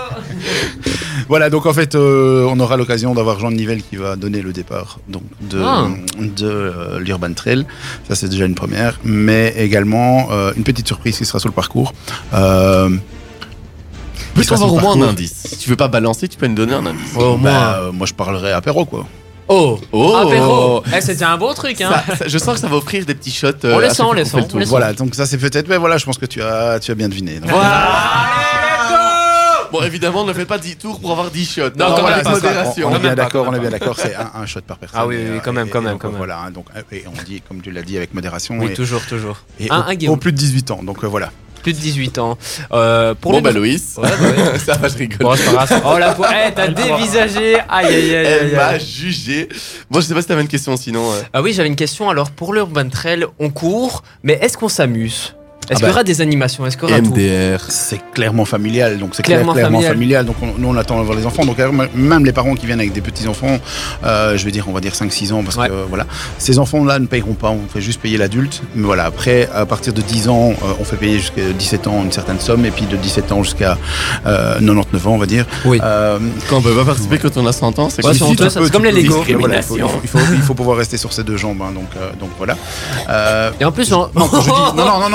Voilà, donc en fait, on aura l'occasion d'avoir Jean de Nivelles qui va donner le départ donc, de l'Urban Trail. Ça, c'est déjà une première. Mais également, une petite surprise qui sera sur le parcours. Peut-être Qui sera avoir sur au le moins un parcours. indice. Si tu veux pas balancer, tu peux nous donner un indice. Au moins. Moi, je parlerai apéro, quoi. Oh, Oh. apéro. Eh, c'était un bon truc, hein. Je sens que ça va offrir des petits shots. On les à sent, chaque fois on les qu'on fait le sent, tour. on les sent. Voilà, donc ça, c'est peut-être... Mais voilà, je pense que tu as bien deviné. Donc, Bon, évidemment, ne faites pas 10 tours pour avoir 10 shots. Non, quand voilà, même avec pas. modération. on est Quand bien même pas, d'accord, quand on est même bien d'accord, c'est un shot par personne. Ah oui, oui, quand même, Et quand même, donc, quand même. Voilà, donc, et on dit, comme tu l'as dit, avec modération. Oui, et, toujours, toujours. et Un au Guillaume. plus de 18 ans, donc voilà. Plus de 18 ans. Pour Bon, les- bah, Loïs. Ouais, ouais. Ça va, je rigole. Bon, c'est pas grave. Oh la t'as dévisagé. Aïe, aïe, aïe, Elle aïe, m'a aïe. jugé. Bon, je sais pas si t'avais une question sinon. Ah oui, j'avais une question. Alors, pour l'Urban Trail, on court, mais est-ce qu'on s'amuse? Est-ce qu'il y aura des animations? Est-ce qu'il y aura tout? MDR. C'est clairement familial, donc c'est Clairement clairement familial. familial. Donc nous on attend d'avoir les enfants. Donc même les parents qui viennent avec des petits enfants, je vais dire on va dire 5-6 ans parce Ouais. que voilà, ces enfants-là ne payeront pas. On fait juste payer l'adulte. Mais voilà, après à partir de 10 ans, on fait payer jusqu'à 17 ans une certaine somme et puis de 17 ans jusqu'à 99 ans on va dire. Oui. Quand on peut pas participer quand on a 100 ans, c'est Ouais, comme c'est si honteux, tu ça, peux- c'est comme tu les peux Lego. dire- Voilà, Discrimination. il faut pouvoir rester sur ses deux jambes. Hein, donc voilà. Et en plus, Non, quand je dis, non,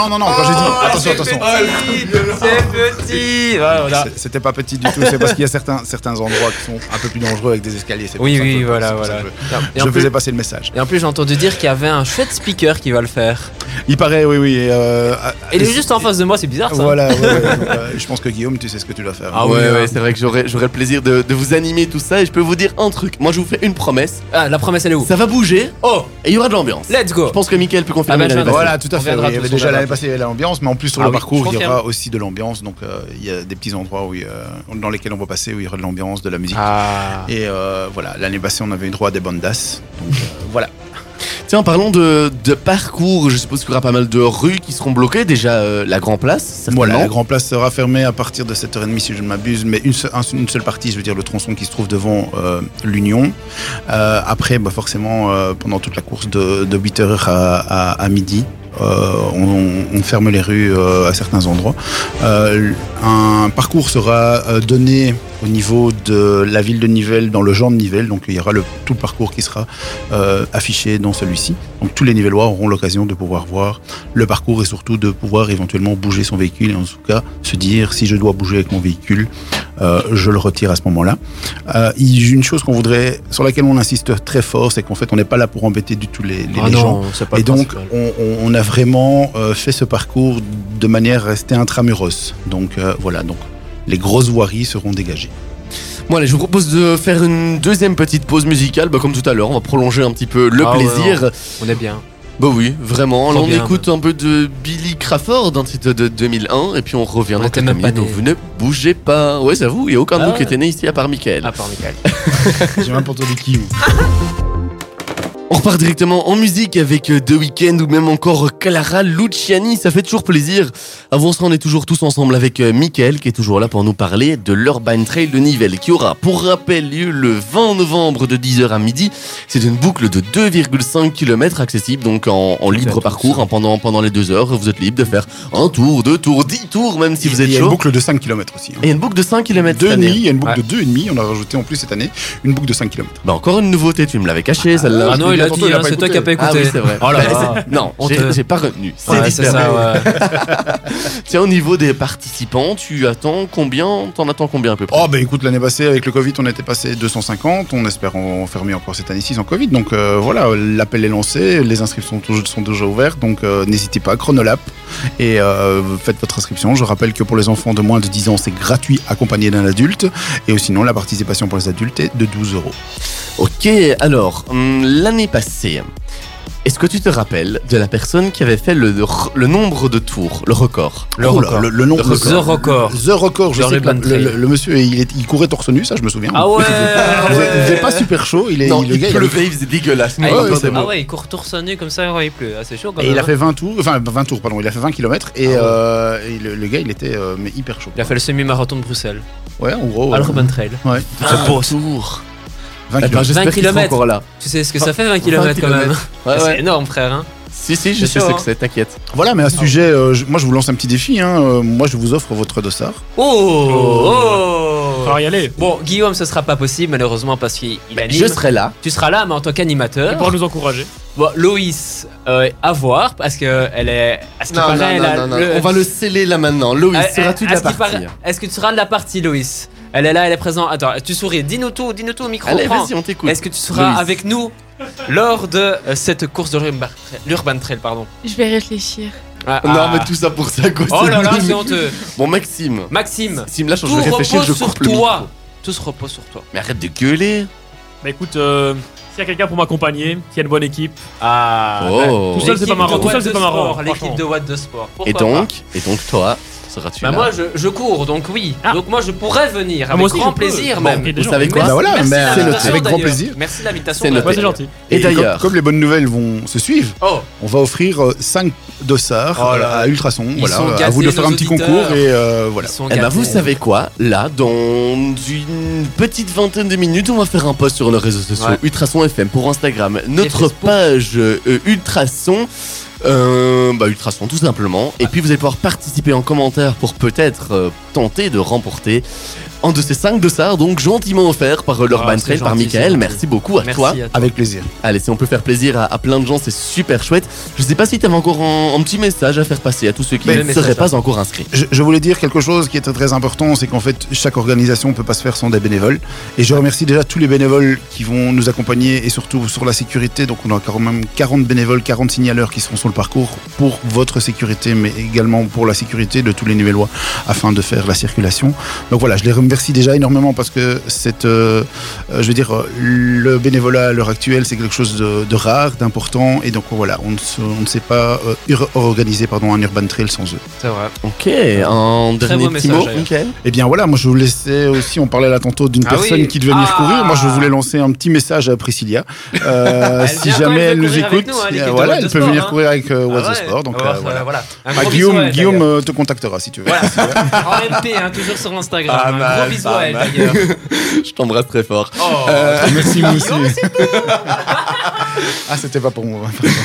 quand j'ai dit attention. C'est petit. Voilà. C'était pas petit du tout, c'est parce qu'il y a certains endroits qui sont un peu plus dangereux avec des escaliers. C'est pour ça que- voilà. c'est pour ça que Et Je en plus- faisais passer le message. Et en plus, j'ai entendu dire qu'il y avait un chouette speaker qui va le faire. Il paraît, oui. Et il est juste en face de moi, c'est bizarre ça. Voilà, ouais. Donc, je pense que Guillaume, tu sais ce que tu dois faire. Ah ouais, c'est vrai que j'aurais le plaisir de vous animer tout ça et je peux vous dire un truc. Moi, je vous fais une promesse. Ah, la promesse, elle est où? Ça va bouger. Oh, Et il y aura de l'ambiance. let's go. Je pense que Mickaël peut confirmer Ah ben, l'année passée. Voilà, tout à On fait. viendra Il y avait tous, on déjà viendra l'année passée, il y avait l'ambiance, mais en plus sur Ah le oui, parcours, je il y confirme. aura aussi de l'ambiance. Donc il y a des petits endroits dans lesquels on va passer où il y aura de l'ambiance, de la musique. Ah. Et voilà, l'année passée, on avait eu droit à des bandas. Donc voilà. Tiens, en parlant de parcours, je suppose qu'il y aura pas mal de rues qui seront bloquées. Déjà, la Grand Place, certainement. Voilà, la Grand Place sera fermée à partir de 7h30 si je ne m'abuse, mais une seule partie, je veux dire le tronçon qui se trouve devant l'Union. Après, forcément, pendant toute la course de 8h à midi, on ferme les rues à certains endroits. Un parcours sera donné au niveau de la ville de Nivelles, dans le Jean de Nivelles. Donc il y aura tout le parcours qui sera affiché dans celui-ci. Donc tous les Nivellois auront l'occasion de pouvoir voir le parcours et surtout de pouvoir éventuellement bouger son véhicule et en tout cas se dire si je dois bouger avec mon véhicule, je le retire à ce moment-là. Une chose sur laquelle on insiste très fort, c'est qu'en fait on n'est pas là pour embêter du tout les gens. c'est pas Et le donc, principal. on a vraiment fait ce parcours de manière à rester intramuros. Donc, voilà. Donc, les grosses voiries seront dégagées. Bon allez, je vous propose de faire une deuxième petite pause musicale. Comme tout à l'heure, on va prolonger un petit peu le Ah ouais, plaisir. On est bien. Bah oui, vraiment. Là, Trop on bien, écoute un peu de Billy Crawford, un titre de 2001, et puis on revient On dans était quelques même pas minutes. Donc nés. vous ne bougez pas. Ouais, j'avoue, il n'y a aucun de vous Ah. qui était né ici à part Mickaël. À part Michael. J'ai même pas entendu qui. On repart directement en musique avec The Weeknd ou même encore Clara Luciani, ça fait toujours plaisir. Avant ça, on est toujours tous ensemble avec Mickaël qui est toujours là pour nous parler de l'Urban Trail de Nivelles qui aura, pour rappel, lieu le 20 novembre de 10h à midi. C'est une boucle de 2,5 km accessible donc en libre parcours pendant les 2 heures. Vous êtes libre de faire un tour, 2 tours, 10 tours même si vous êtes Il y a chaud. une boucle de 5 km aussi. Et il y a une boucle de 5 km Deux cette et demi, année. il y a une boucle Ouais. de 2,5. On a rajouté en plus cette année une boucle de 5 km. Bah encore une nouveauté, tu me l'avais caché celle-là. Ah non, il a tantôt, dit, il a hein, pas c'est toi qui écouté. n'as pas Ah écouté. oui, c'est vrai. Oh là Bah, là. Non, j'ai pas retenu. C'est Ouais, c'est différent. ça, ouais. Tiens, au niveau des participants, t'en attends combien à peu près? Oh, bah écoute, l'année passée, avec le Covid, on était passé 250. On espère en fermer encore cette année-ci sans Covid. Donc voilà, l'appel est lancé. Les inscriptions sont déjà ouvertes. Donc n'hésitez pas, Chronolap. Et faites votre inscription. Je rappelle que pour les enfants de moins de 10 ans, c'est gratuit accompagné d'un adulte. Et sinon, la participation pour les adultes est de 12 €. Ok, alors, l'année passée, est-ce que tu te rappelles de la personne qui avait fait le nombre de tours, le record? Le Oh là, record. le nombre The record. The record, je Sur sais les que Urban Trail. le monsieur, il courait torse nu, ça je me souviens. Ah ouais. Il faisait pas super chaud. Non, le il gars, pleuvait, il faisait dégueulasse. Ah, Ouais, Encore ouais, des c'est mots. Ah ouais, il court torse nu comme ça, ouais, il pleut. Ah, c'est chaud quand Et même. il a hein. fait 20 tours, pardon, il a fait 20 km et, et le gars il était mais hyper chaud. Il a fait le semi-marathon de Bruxelles. Ouais, en gros. À l'Urban Trail. Ouais. C'est beau tour. 20 Eh ben, km. j'espère 20 qu'il sera kilomètres. encore là. Tu sais ce que ça fait 20 km quand même. Ouais, C'est ouais. énorme, frère. Hein. Si, je C'est sais chaud, ce hein. que c'est, t'inquiète. Voilà, mais à ce sujet, moi je vous lance un petit défi. Moi je vous offre votre dossard. Oh. Faut y aller. Bon, Guillaume, ce sera pas possible malheureusement parce qu'il anime. Je serai là. Tu seras là, mais en tant qu'animateur. Pour nous encourager. Bon, Loïs, à voir parce que elle est. À ce qui Non, paraît, elle a non. le- On va le sceller là maintenant. Loïs, seras-tu de à la ce qui partie? paraît- Est-ce que tu seras de la partie, Loïs? Elle est là, elle est présente. Attends, tu souris. Dis-nous tout au micro. Allez, prends. vas-y, on t'écoute. Est-ce que tu seras Loïs. avec nous lors de cette course de l'Urban Trail, pardon? Je vais réfléchir. Ah, Non, ah. mais tout ça pour ça, quoi. Oh là là, c'est c'est honteux. Bon, Maxime. Maxime, S'il me lâche, je tout vais réfléchir, repose je sur coupe le micro. toi. Tout se repose sur toi. Mais arrête de gueuler. Bah écoute, s'il y a quelqu'un pour m'accompagner, s'il y a une bonne équipe, Ah. Oh. Tout seul, c'est pas marrant. Tout seul, c'est pas marrant. L'équipe franchement. de Watt de Sport. Et Pourquoi donc toi, seras-tu Bah là? moi je cours donc oui. Ah. Donc moi je pourrais venir Ah, avec moi aussi, grand je peux. plaisir Bon, même. et des Vous gens. savez quoi? Bah voilà, Merci mais de l'invitation, avec grand d'ailleurs. plaisir. Merci de l'invitation. C'est noté. Ouais, c'est gentil. Et d'ailleurs, comme les bonnes nouvelles vont se suivre, Oh, on va offrir 5 dossards Oh là. à Ultrason. Ils Voilà, sont à vous de gâtés, faire un nos petit auditeurs. concours et voilà. ils sont eh ben gâtés. vous savez quoi? Là, dans une petite vingtaine de minutes, on va faire un post sur nos réseaux sociaux Ouais. Ultrason FM pour Instagram, notre Facebook. page Ultrason. Ultrason tout simplement. Et puis vous allez pouvoir participer en commentaire pour peut-être tenter de remporter un de ces 5 dossards, donc gentiment offert par l'Urban c'est Trail, par gentil, Michael. c'est Merci beaucoup à Merci toi. à toi. Avec plaisir. Allez, si on peut faire plaisir à plein de gens, c'est super chouette. Je sais pas si tu avais encore un petit message à faire passer à tous ceux qui Ben, ne seraient pas encore inscrits. Je voulais dire quelque chose qui est très, très important, c'est qu'en fait, chaque organisation ne peut pas se faire sans des bénévoles. Et je remercie déjà tous les bénévoles qui vont nous accompagner et surtout sur la sécurité. Donc on a quand même 40 bénévoles, 40 signaleurs qui seront sur le parcours pour votre sécurité, mais également pour la sécurité de tous les Nivellois afin de faire la circulation. Donc voilà, je les remercie déjà énormément parce que le bénévolat à l'heure actuelle, c'est quelque chose de rare, d'important. Et donc voilà, on ne sait pas organiser un Urban Trail sans eux. C'est vrai. Ok, un dernier beau petit message, mot, d'ailleurs. Michael. Eh bien voilà, moi je vous laissais aussi, on parlait là tantôt d'une Ah personne oui. qui devait venir Ah. courir. Moi je voulais lancer un petit message à Priscilla. Si vient quand jamais elle elle veut nous courir avec écoute, nous, hein, l'équipe de voilà, What the elle peut Sport, venir hein. courir avec What the ouais. Sport. Donc voilà. Un gros bisou à Guillaume, elle, Guillaume te contactera si tu veux. d'ailleurs. En MP, hein, toujours sur Instagram. Pas Un mal, gros bisou pas à elle mal. d'ailleurs. Je t'embrasse très fort. Oh, Merci Moussi. Ah c'était pas pour moi.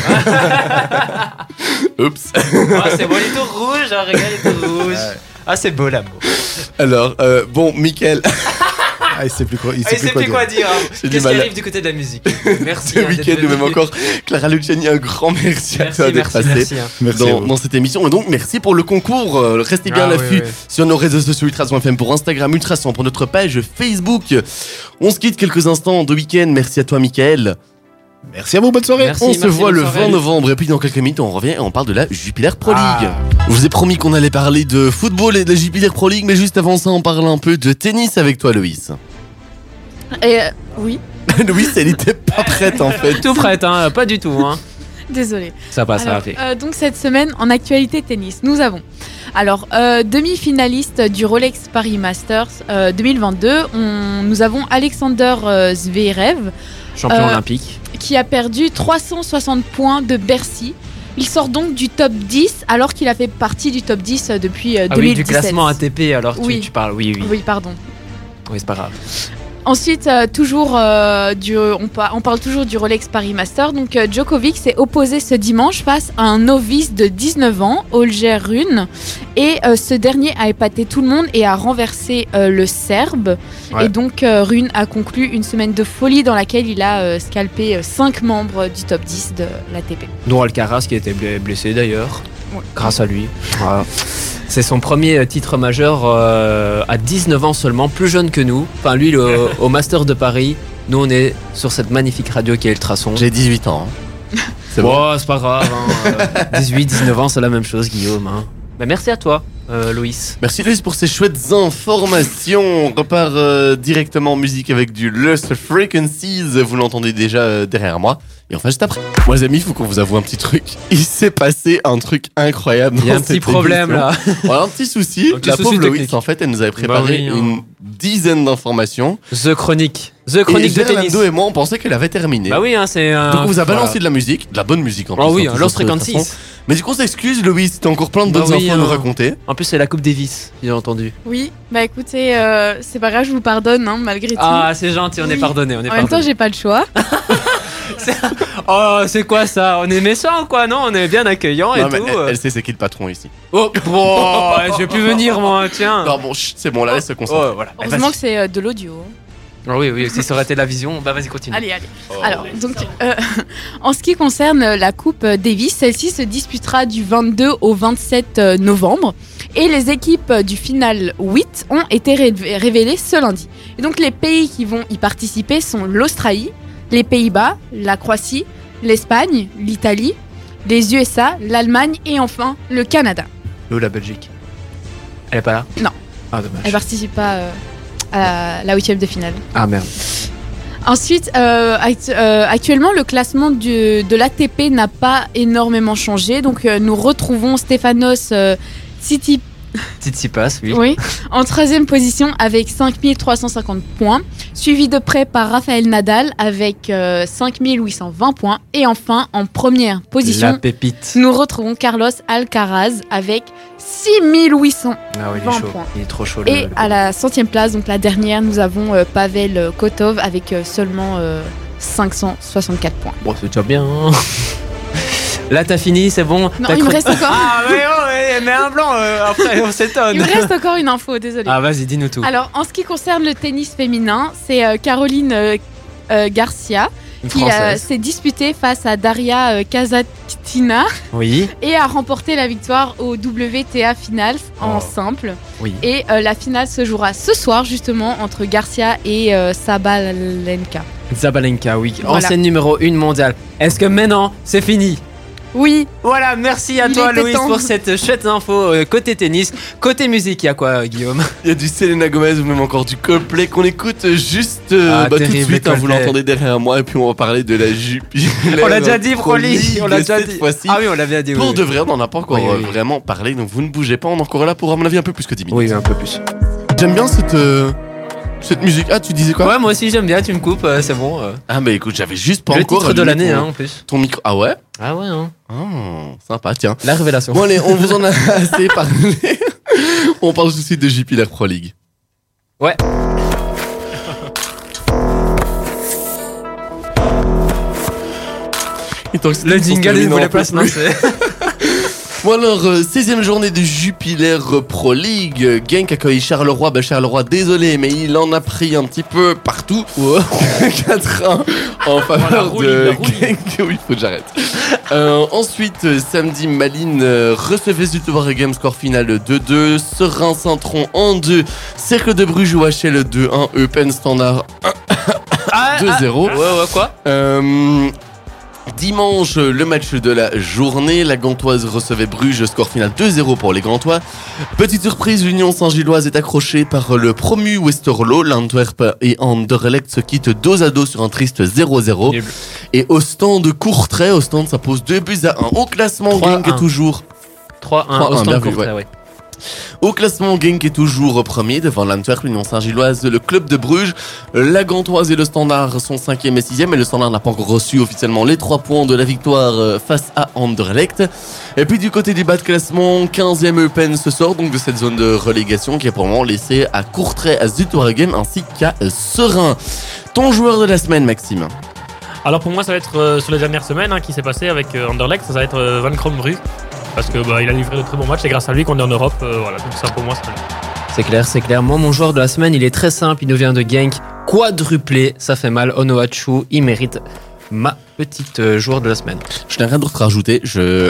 Oups. Ah, c'est bon, les tours rouges, hein, regarde les tours rouges. Ah, c'est beau l'amour. Alors, bon, Michael, Ah, il sait plus quoi, Ah, il sait plus quoi dire. Hein. J'ai du Qu'est-ce qui mal. arrive du côté de la musique? Merci. ce hein, d'être week-end, ou venu. même encore Clara Luciani, un grand merci à Merci, toi d'être merci, passé merci. hein. Merci. à dans, vous. dans cette émission. Et donc, merci pour le concours. Restez bien à Ah, l'affût oui, oui. sur nos réseaux sociaux Ultrason FM pour Instagram, Ultrason pour notre page Facebook. On se quitte quelques instants de week-end. Merci à toi, Michael. Merci à vous, bonne soirée. Merci, On se voit bonne le soirée. 20 novembre et puis dans quelques minutes on revient et on parle de la Jupiler Pro League. Ah. Je vous ai promis qu'on allait parler de football et de la Jupiler Pro League, mais juste avant ça on parle un peu de tennis avec toi Loïs. Et oui, Loïs elle était pas prête en fait. Tout prête, hein, pas du tout. Hein. désolée. Ça passe, ça Alors, va fait. donc cette semaine, en actualité tennis, nous avons demi-finaliste du Rolex Paris Masters 2022. Nous avons Alexander Zverev Champion euh, olympique. qui a perdu 360 points de Bercy. Il sort donc du top 10 alors qu'il a fait partie du top 10 depuis 2017. Ah oui, du classement ATP, alors Oui. tu parles. Oui, oui. Oui, pardon. Oui, c'est pas grave. Ensuite, on parle toujours du Rolex Paris Master. Donc, Djokovic s'est opposé ce dimanche face à un novice de 19 ans, Holger Rune. Et ce dernier a épaté tout le monde et a renversé le Serbe. Ouais. Et donc, Rune a conclu une semaine de folie dans laquelle il a scalpé 5 membres du top 10 de l'ATP. Dont Alcaraz qui était blessé d'ailleurs. Ouais. Grâce à lui. Voilà. C'est son premier titre majeur à 19 ans seulement, plus jeune que nous. Enfin, lui, au Master de Paris. Nous, on est sur cette magnifique radio qui est Ultrason. J'ai 18 ans. hein. C'est bon. Bon, c'est pas grave. Hein. 18, 19 ans, c'est la même chose, Guillaume. Hein. Bah, merci à toi, Loïs. Merci Loïs pour ces chouettes informations. On repart directement en musique avec du Lost Frequencies. Vous l'entendez déjà derrière moi. Et enfin juste après. Moi les amis, il faut qu'on vous avoue un petit truc. Il s'est passé un truc incroyable. Il y a dans un petit cette problème émission. là. Voilà, un petit souci. Un petit La souci pauvre Loïs, technique. en fait, elle nous avait préparé Bah oui, hein. une dizaine d'informations. The Chronique. The Et Chronique de tennis. Gerlando et moi, on pensait qu'elle avait terminé. Bah oui, hein, c'est un. Donc on vous a balancé voilà. de la musique, de la bonne musique en plus. Ah oui, hein, un toujours Lost de toute Frequencies. façon. Mais du coup, on s'excuse, Loïs, t'as encore plein de Bah bonnes oui, infos à nous hein. raconter. En plus, c'est la Coupe Davis, bien entendu. Oui, bah écoutez, c'est pas grave, je vous pardonne, hein, malgré tout. Ah, c'est gentil, on est Oui. pardonné. On est En même temps, pardonné. j'ai pas le choix. Oh, c'est quoi ça? On est méchant quoi, non? On est bien accueillant et Non, mais tout. elle sait c'est qui le patron ici. Oh, bon, je vais plus venir moi, tiens. Non, bon, chut, c'est bon, là, laisse se concentrer. Oh, voilà. Heureusement que c'est de l'audio. Ah oui, oui, si ça aurait été la vision, bah vas-y, continue. Allez. Alors, donc, en ce qui concerne la Coupe Davis, celle-ci se disputera du 22 au 27 novembre. Et les équipes du final 8 ont été révélées ce lundi. Et donc, les pays qui vont y participer sont l'Australie, les Pays-Bas, la Croatie, l'Espagne, l'Italie, les USA, l'Allemagne et enfin le Canada. Où la Belgique? Elle est pas là? Non. Ah, dommage. Elle participe pas à la 8e de finale. Ah merde. Ensuite, actuellement, le classement de l'ATP n'a pas énormément changé. Donc, nous retrouvons Stefanos Tsitsipas, oui. oui, en 3e position avec 5350 points. Suivi de près par Rafael Nadal avec 5820 points. Et enfin, en première La position, pépite. nous retrouvons Carlos Alcaraz avec 6800. Ah oui, il 20 est chaud. points. Il est trop chaud. Et à la 100e place, donc la dernière, nous avons Pavel Kotov avec seulement 564 points. Bon, c'est déjà bien. Hein. Là, t'as fini, c'est bon. Non, T'as il me reste encore. Ah, mais oh, ouais, mais un blanc, après on s'étonne. Il me reste encore une info, désolé. Ah, vas-y, dis-nous tout. Alors, en ce qui concerne le tennis féminin, c'est Caroline Garcia Une qui française. s'est disputée face à Daria Kasatkina Oui. et a remporté la victoire au WTA Finals en simple. Oui. Et la finale se jouera ce soir justement entre Garcia et Sabalenka. Zabalenka, oui. Voilà. Ancienne numéro 1 mondiale. Est-ce que maintenant, c'est fini? Oui, Voilà, merci à Il toi était Loïs temps. pour cette chouette info côté tennis. Côté musique, il y a quoi Guillaume? Il y a du Selena Gomez ou même encore du Coldplay qu'on écoute juste tout de terrible, suite. les Vous Coldplay. l'entendez derrière moi et puis on va parler de la Jupiler. On l'a déjà dit, Broly. On l'a déjà cette dit. fois-ci. Ah oui, on l'a bien dit. Pour oui, de oui. vrai, on n'en a pas encore Oui, oui. vraiment parlé, donc vous ne bougez pas. On est encore là pour, à mon avis, un peu plus que 10 minutes. Oui, un peu plus. J'aime bien cette musique. Ah, tu disais quoi? Ouais, moi aussi j'aime bien, tu me coupes, c'est bon. Ah, bah écoute, j'avais juste pas Le encore. titre de allumé l'année, ton- hein, en plus. Ton micro. Ah ouais? Ah ouais, hein. Oh, sympa, tiens. La révélation. Bon, allez, on vous en a assez parlé. On parle tout de suite de Jupiler Pro League. Ouais. Et tant que Le c'est- jingle, termine, il on voulait peut pas se plus. lancer. Bon alors, 16e journée de Jupiler Pro League. Genk accueille Charleroi. Ben Charleroi, désolé, mais il en a pris un petit peu partout. 4-1 en faveur rouille, de la rouille. Genk. Oui, faut que j'arrête. Ensuite, samedi, Malines recevait Zutovar Game, score final 2-2. Serein Saint-Tron en 2. Cercle de Bruges OHL 2-1. Eupen Standard 2-0. Ouais, quoi? Dimanche, le match de la journée, la Gantoise recevait Bruges, score final 2-0 pour les Gantois. Petite surprise, l'Union Saint-Gilloise est accrochée par le promu Westerlo. L'Antwerp et Anderlecht se quittent dos à dos sur un triste 0-0. Nul. Et au stand de Courtrai, au stand ça pose 2-1. Au classement, 3-1. Genk est toujours... 3-1, 3-1, au stand bien vu, Courtrai, ouais. ouais. Au classement, Genk est toujours premier devant l'Antwerp, l'Union Saint-Gilloise, le club de Bruges. La Gantoise et le Standard sont 5e et 6e, et le Standard n'a pas encore reçu officiellement les 3 points de la victoire face à Anderlecht. Et puis du côté du bas de classement, 15e Eupen se sort donc de cette zone de relégation qui est pour le moment laissée à Courtrai, à Zutowargem ainsi qu'à Serein. Ton joueur de la semaine, Maxime? Alors pour moi, ça va être sur les dernières semaines qui s'est passé avec Anderlecht, ça va être Van Krombrug. Parce que il a livré de très bons matchs et grâce à lui qu'on est en Europe. Voilà, donc ça pour moi, C'est clair, c'est clair. Moi, mon joueur de la semaine, il est très simple. Il nous vient de Genk. Quadruplé, ça fait mal. Onoachu, il mérite ma petite joueur de la semaine. Je n'ai rien d'autre à rajouter.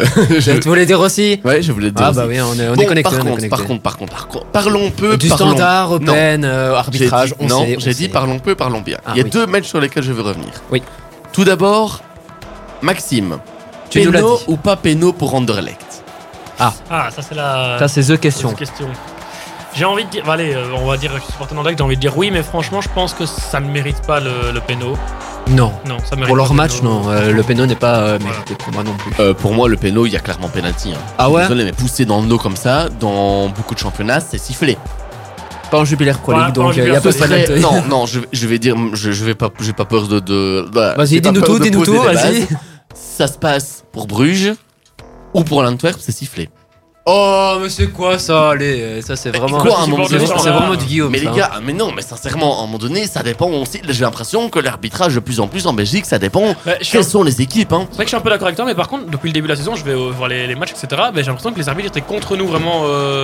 Tu voulais dire aussi? Ouais, je voulais dire. Ah aussi. bah oui, on est Bon, connecté. par contre, parlons peu. Du parlons- standard, Non. open, arbitrage, J'ai dit- non, j'ai on dit sait. parlons peu, parlons bien. Ah, Il y a oui. 2 matchs sur lesquels je veux revenir. Oui. Tout d'abord, Maxime. Tu nous l'as Péno dit. ou pas péno pour Anderlecht? Ah, ça c'est la. Ça, c'est the question. question. J'ai envie de dire, allez, on va dire, je suis supporter d'Anderlecht, j'ai envie de dire oui, mais franchement, je pense que ça ne mérite pas le péno. Non. Non, ça mérite Pour pas leur le match, péno. non. Le péno n'est pas mérité pour moi non plus. Pour moi, le péno, il y a clairement penalty. Hein. Ah ouais? Désolé, mais pousser dans le dos comme ça, dans beaucoup de championnats, c'est sifflé. Pas en Jupiler Pro League, Voilà, donc pas en il y a Jupiler peu Ce de serait- penalty. non, je vais dire, j'ai pas peur de voilà, Vas-y, j'ai pas dis-nous peur tout, de dis-nous poser tout, les vas-y. bases. Ça se passe pour Bruges ou pour l'Antwerp, c'est sifflé. Oh, mais c'est quoi ça? Allez, ça c'est vraiment. quoi, à un moment c'est donné, c'est vraiment du Guillaume. Mais les ça, hein. gars, mais non, mais sincèrement, à un moment donné, ça dépend aussi. J'ai l'impression que l'arbitrage de plus en plus en Belgique, ça dépend. Bah, je suis Quelles sont les équipes, hein? C'est vrai que je suis un peu d'accord avec toi, mais par contre, depuis le début de la saison, je vais voir les matchs, etc. Mais j'ai l'impression que les arbitres étaient contre nous vraiment.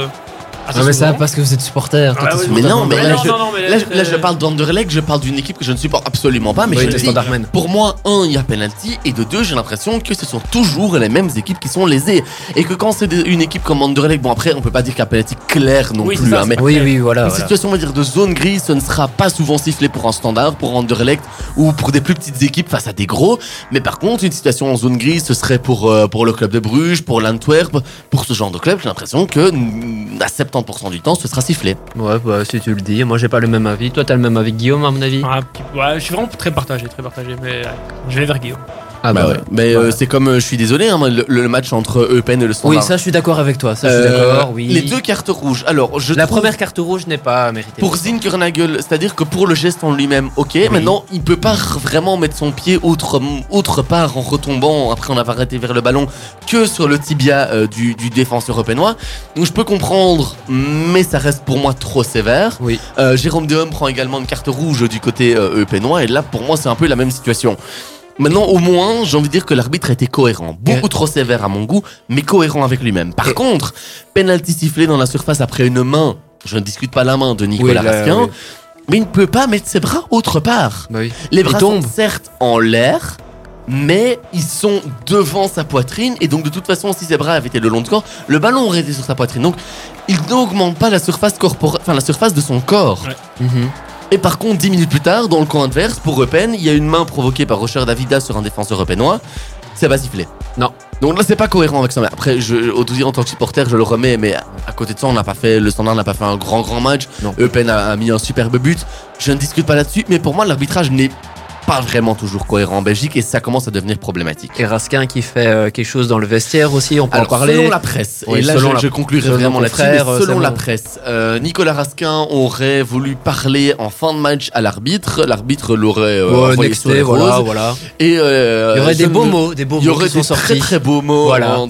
Assez Ah, mais ça souvent. parce que vous êtes supporter. Ah, ouais, Mais non, mais là, mais Là, je parle d'Anderlecht, je parle d'une équipe que je ne supporte absolument pas, mais Oui, je le le dis, Standard Men. pour moi, il y a penalty, et de 2, j'ai l'impression que ce sont toujours les mêmes équipes qui sont lésées. Et que quand c'est une équipe comme Anderlecht, bon après, on peut pas dire qu'il y a penalty clair non Oui, c'est plus, ça, hein, mais Oui, voilà. une voilà. situation, on va dire, de zone grise, ce ne sera pas souvent sifflé pour un standard, pour Anderlecht, ou pour des plus petites équipes face à des gros. Mais par contre, une situation en zone grise, ce serait pour le club de Bruges, pour l'Antwerp, pour ce genre de club, j'ai l'impression que à 70% du temps, ce sera sifflé. Ouais, bah si tu le dis. Moi j'ai pas le même avis. Toi t'as le même avis que Guillaume, à mon avis? Ouais, je suis vraiment très partagé, mais je vais vers Guillaume. Ah Bah ouais. Mais c'est comme, je suis désolé, hein, le match entre Eupen et le Oui, standard. ça je suis d'accord avec toi. Ça je suis d'accord. Oui. Les 2 cartes rouges. Alors, La trouve- première carte rouge n'est pas méritée. Pour Zinkernagel, c'est-à-dire que pour le geste en lui-même, ok, maintenant il peut pas vraiment mettre son pied autre part en retombant après en avoir arrêté vers le ballon que sur le tibia du défenseur europénois. Donc je peux comprendre, mais ça reste pour moi trop sévère. Oui. Jérôme Dehomme prend également une carte rouge du côté europénois et là pour moi c'est un peu la même situation. Maintenant, au moins, j'ai envie de dire que l'arbitre a été cohérent. Beaucoup trop sévère à mon goût, mais cohérent avec lui-même. Par contre, penalty sifflé dans la surface après une main. Je ne discute pas la main de Nicolas Raskin, mais il ne peut pas mettre ses bras autre part. Bah oui. Les bras sont certes en l'air, mais ils sont devant sa poitrine, et donc de toute façon, si ses bras avaient été le long du corps, le ballon aurait été sur sa poitrine. Donc, il n'augmente pas la surface la surface de son corps. Ouais. Et par contre, 10 minutes plus tard, dans le camp adverse, pour Eupen, il y a une main provoquée par Rocher Davida sur un défenseur eupenois. C'est pas sifflé. Non. Donc là, c'est pas cohérent avec ça. Mais après, en tant que supporter, je le remets. Mais à côté de ça, le Standard n'a pas fait un grand match. Eupen a mis un superbe but. Je ne discute pas là-dessus. Mais pour moi, l'arbitrage n'est pas vraiment toujours cohérent en Belgique et ça commence à devenir problématique. Et Raskin qui fait quelque chose dans le vestiaire aussi, on peut en parler. Selon la presse, Oui, et là je conclurai vraiment là-dessus, selon la presse, Nicolas Raskin aurait voulu parler en fin de match à l'arbitre, l'arbitre l'aurait envoyé sur les roses, voilà. Et il y aurait des beaux mots, il y aurait des très beaux mots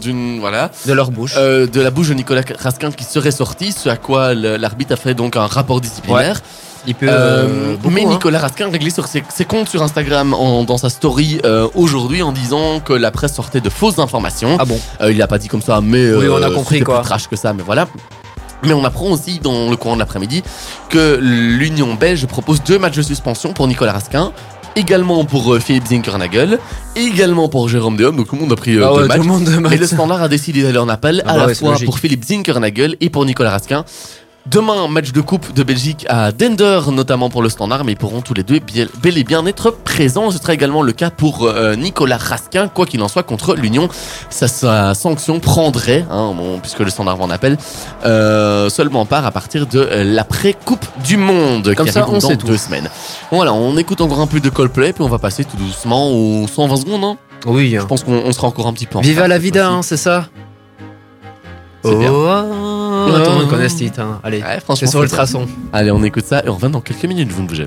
de leur bouche. De la bouche de Nicolas Raskin qui serait sorti, ce à quoi l'arbitre a fait donc un rapport disciplinaire. Il peut, mais Nicolas Raskin a réglé sur ses comptes sur Instagram dans sa story aujourd'hui en disant que la presse sortait de fausses informations. Ah bon. Il l'a pas dit comme ça, mais oui, on a compris quoi. Plus trash que ça, mais voilà. Mais on apprend aussi dans le courant de l'après-midi que l'Union belge propose 2 matchs de suspension pour Nicolas Raskin. Également pour Philippe Zinkernagel, également pour Jérôme Dehom, donc tout le monde a pris 2 matchs. Et le Standard a décidé d'aller en appel à la fois pour Philippe Zinkernagel et pour Nicolas Raskin. Demain, match de coupe de Belgique à Dender, notamment pour le Standard, mais ils pourront tous les deux bel et bien être présents. Ce sera également le cas pour Nicolas Raskin, quoi qu'il en soit, contre l'Union. Sa sanction prendrait, puisque le Standard en appelle, seulement part à partir de l'après-coupe du Monde, comme qui ça, arrive dans 2 semaines. Voilà, on écoute encore un peu de Coldplay, puis on va passer tout doucement aux 120 secondes. Hein. Oui. Je pense qu'on sera encore un petit peu en Viva la vida, c'est ça. C'est bien. Tout le monde connaît ce titre. Allez, c'est sur Ultrason. Allez, on écoute ça et on revient dans quelques minutes. Vous ne bougez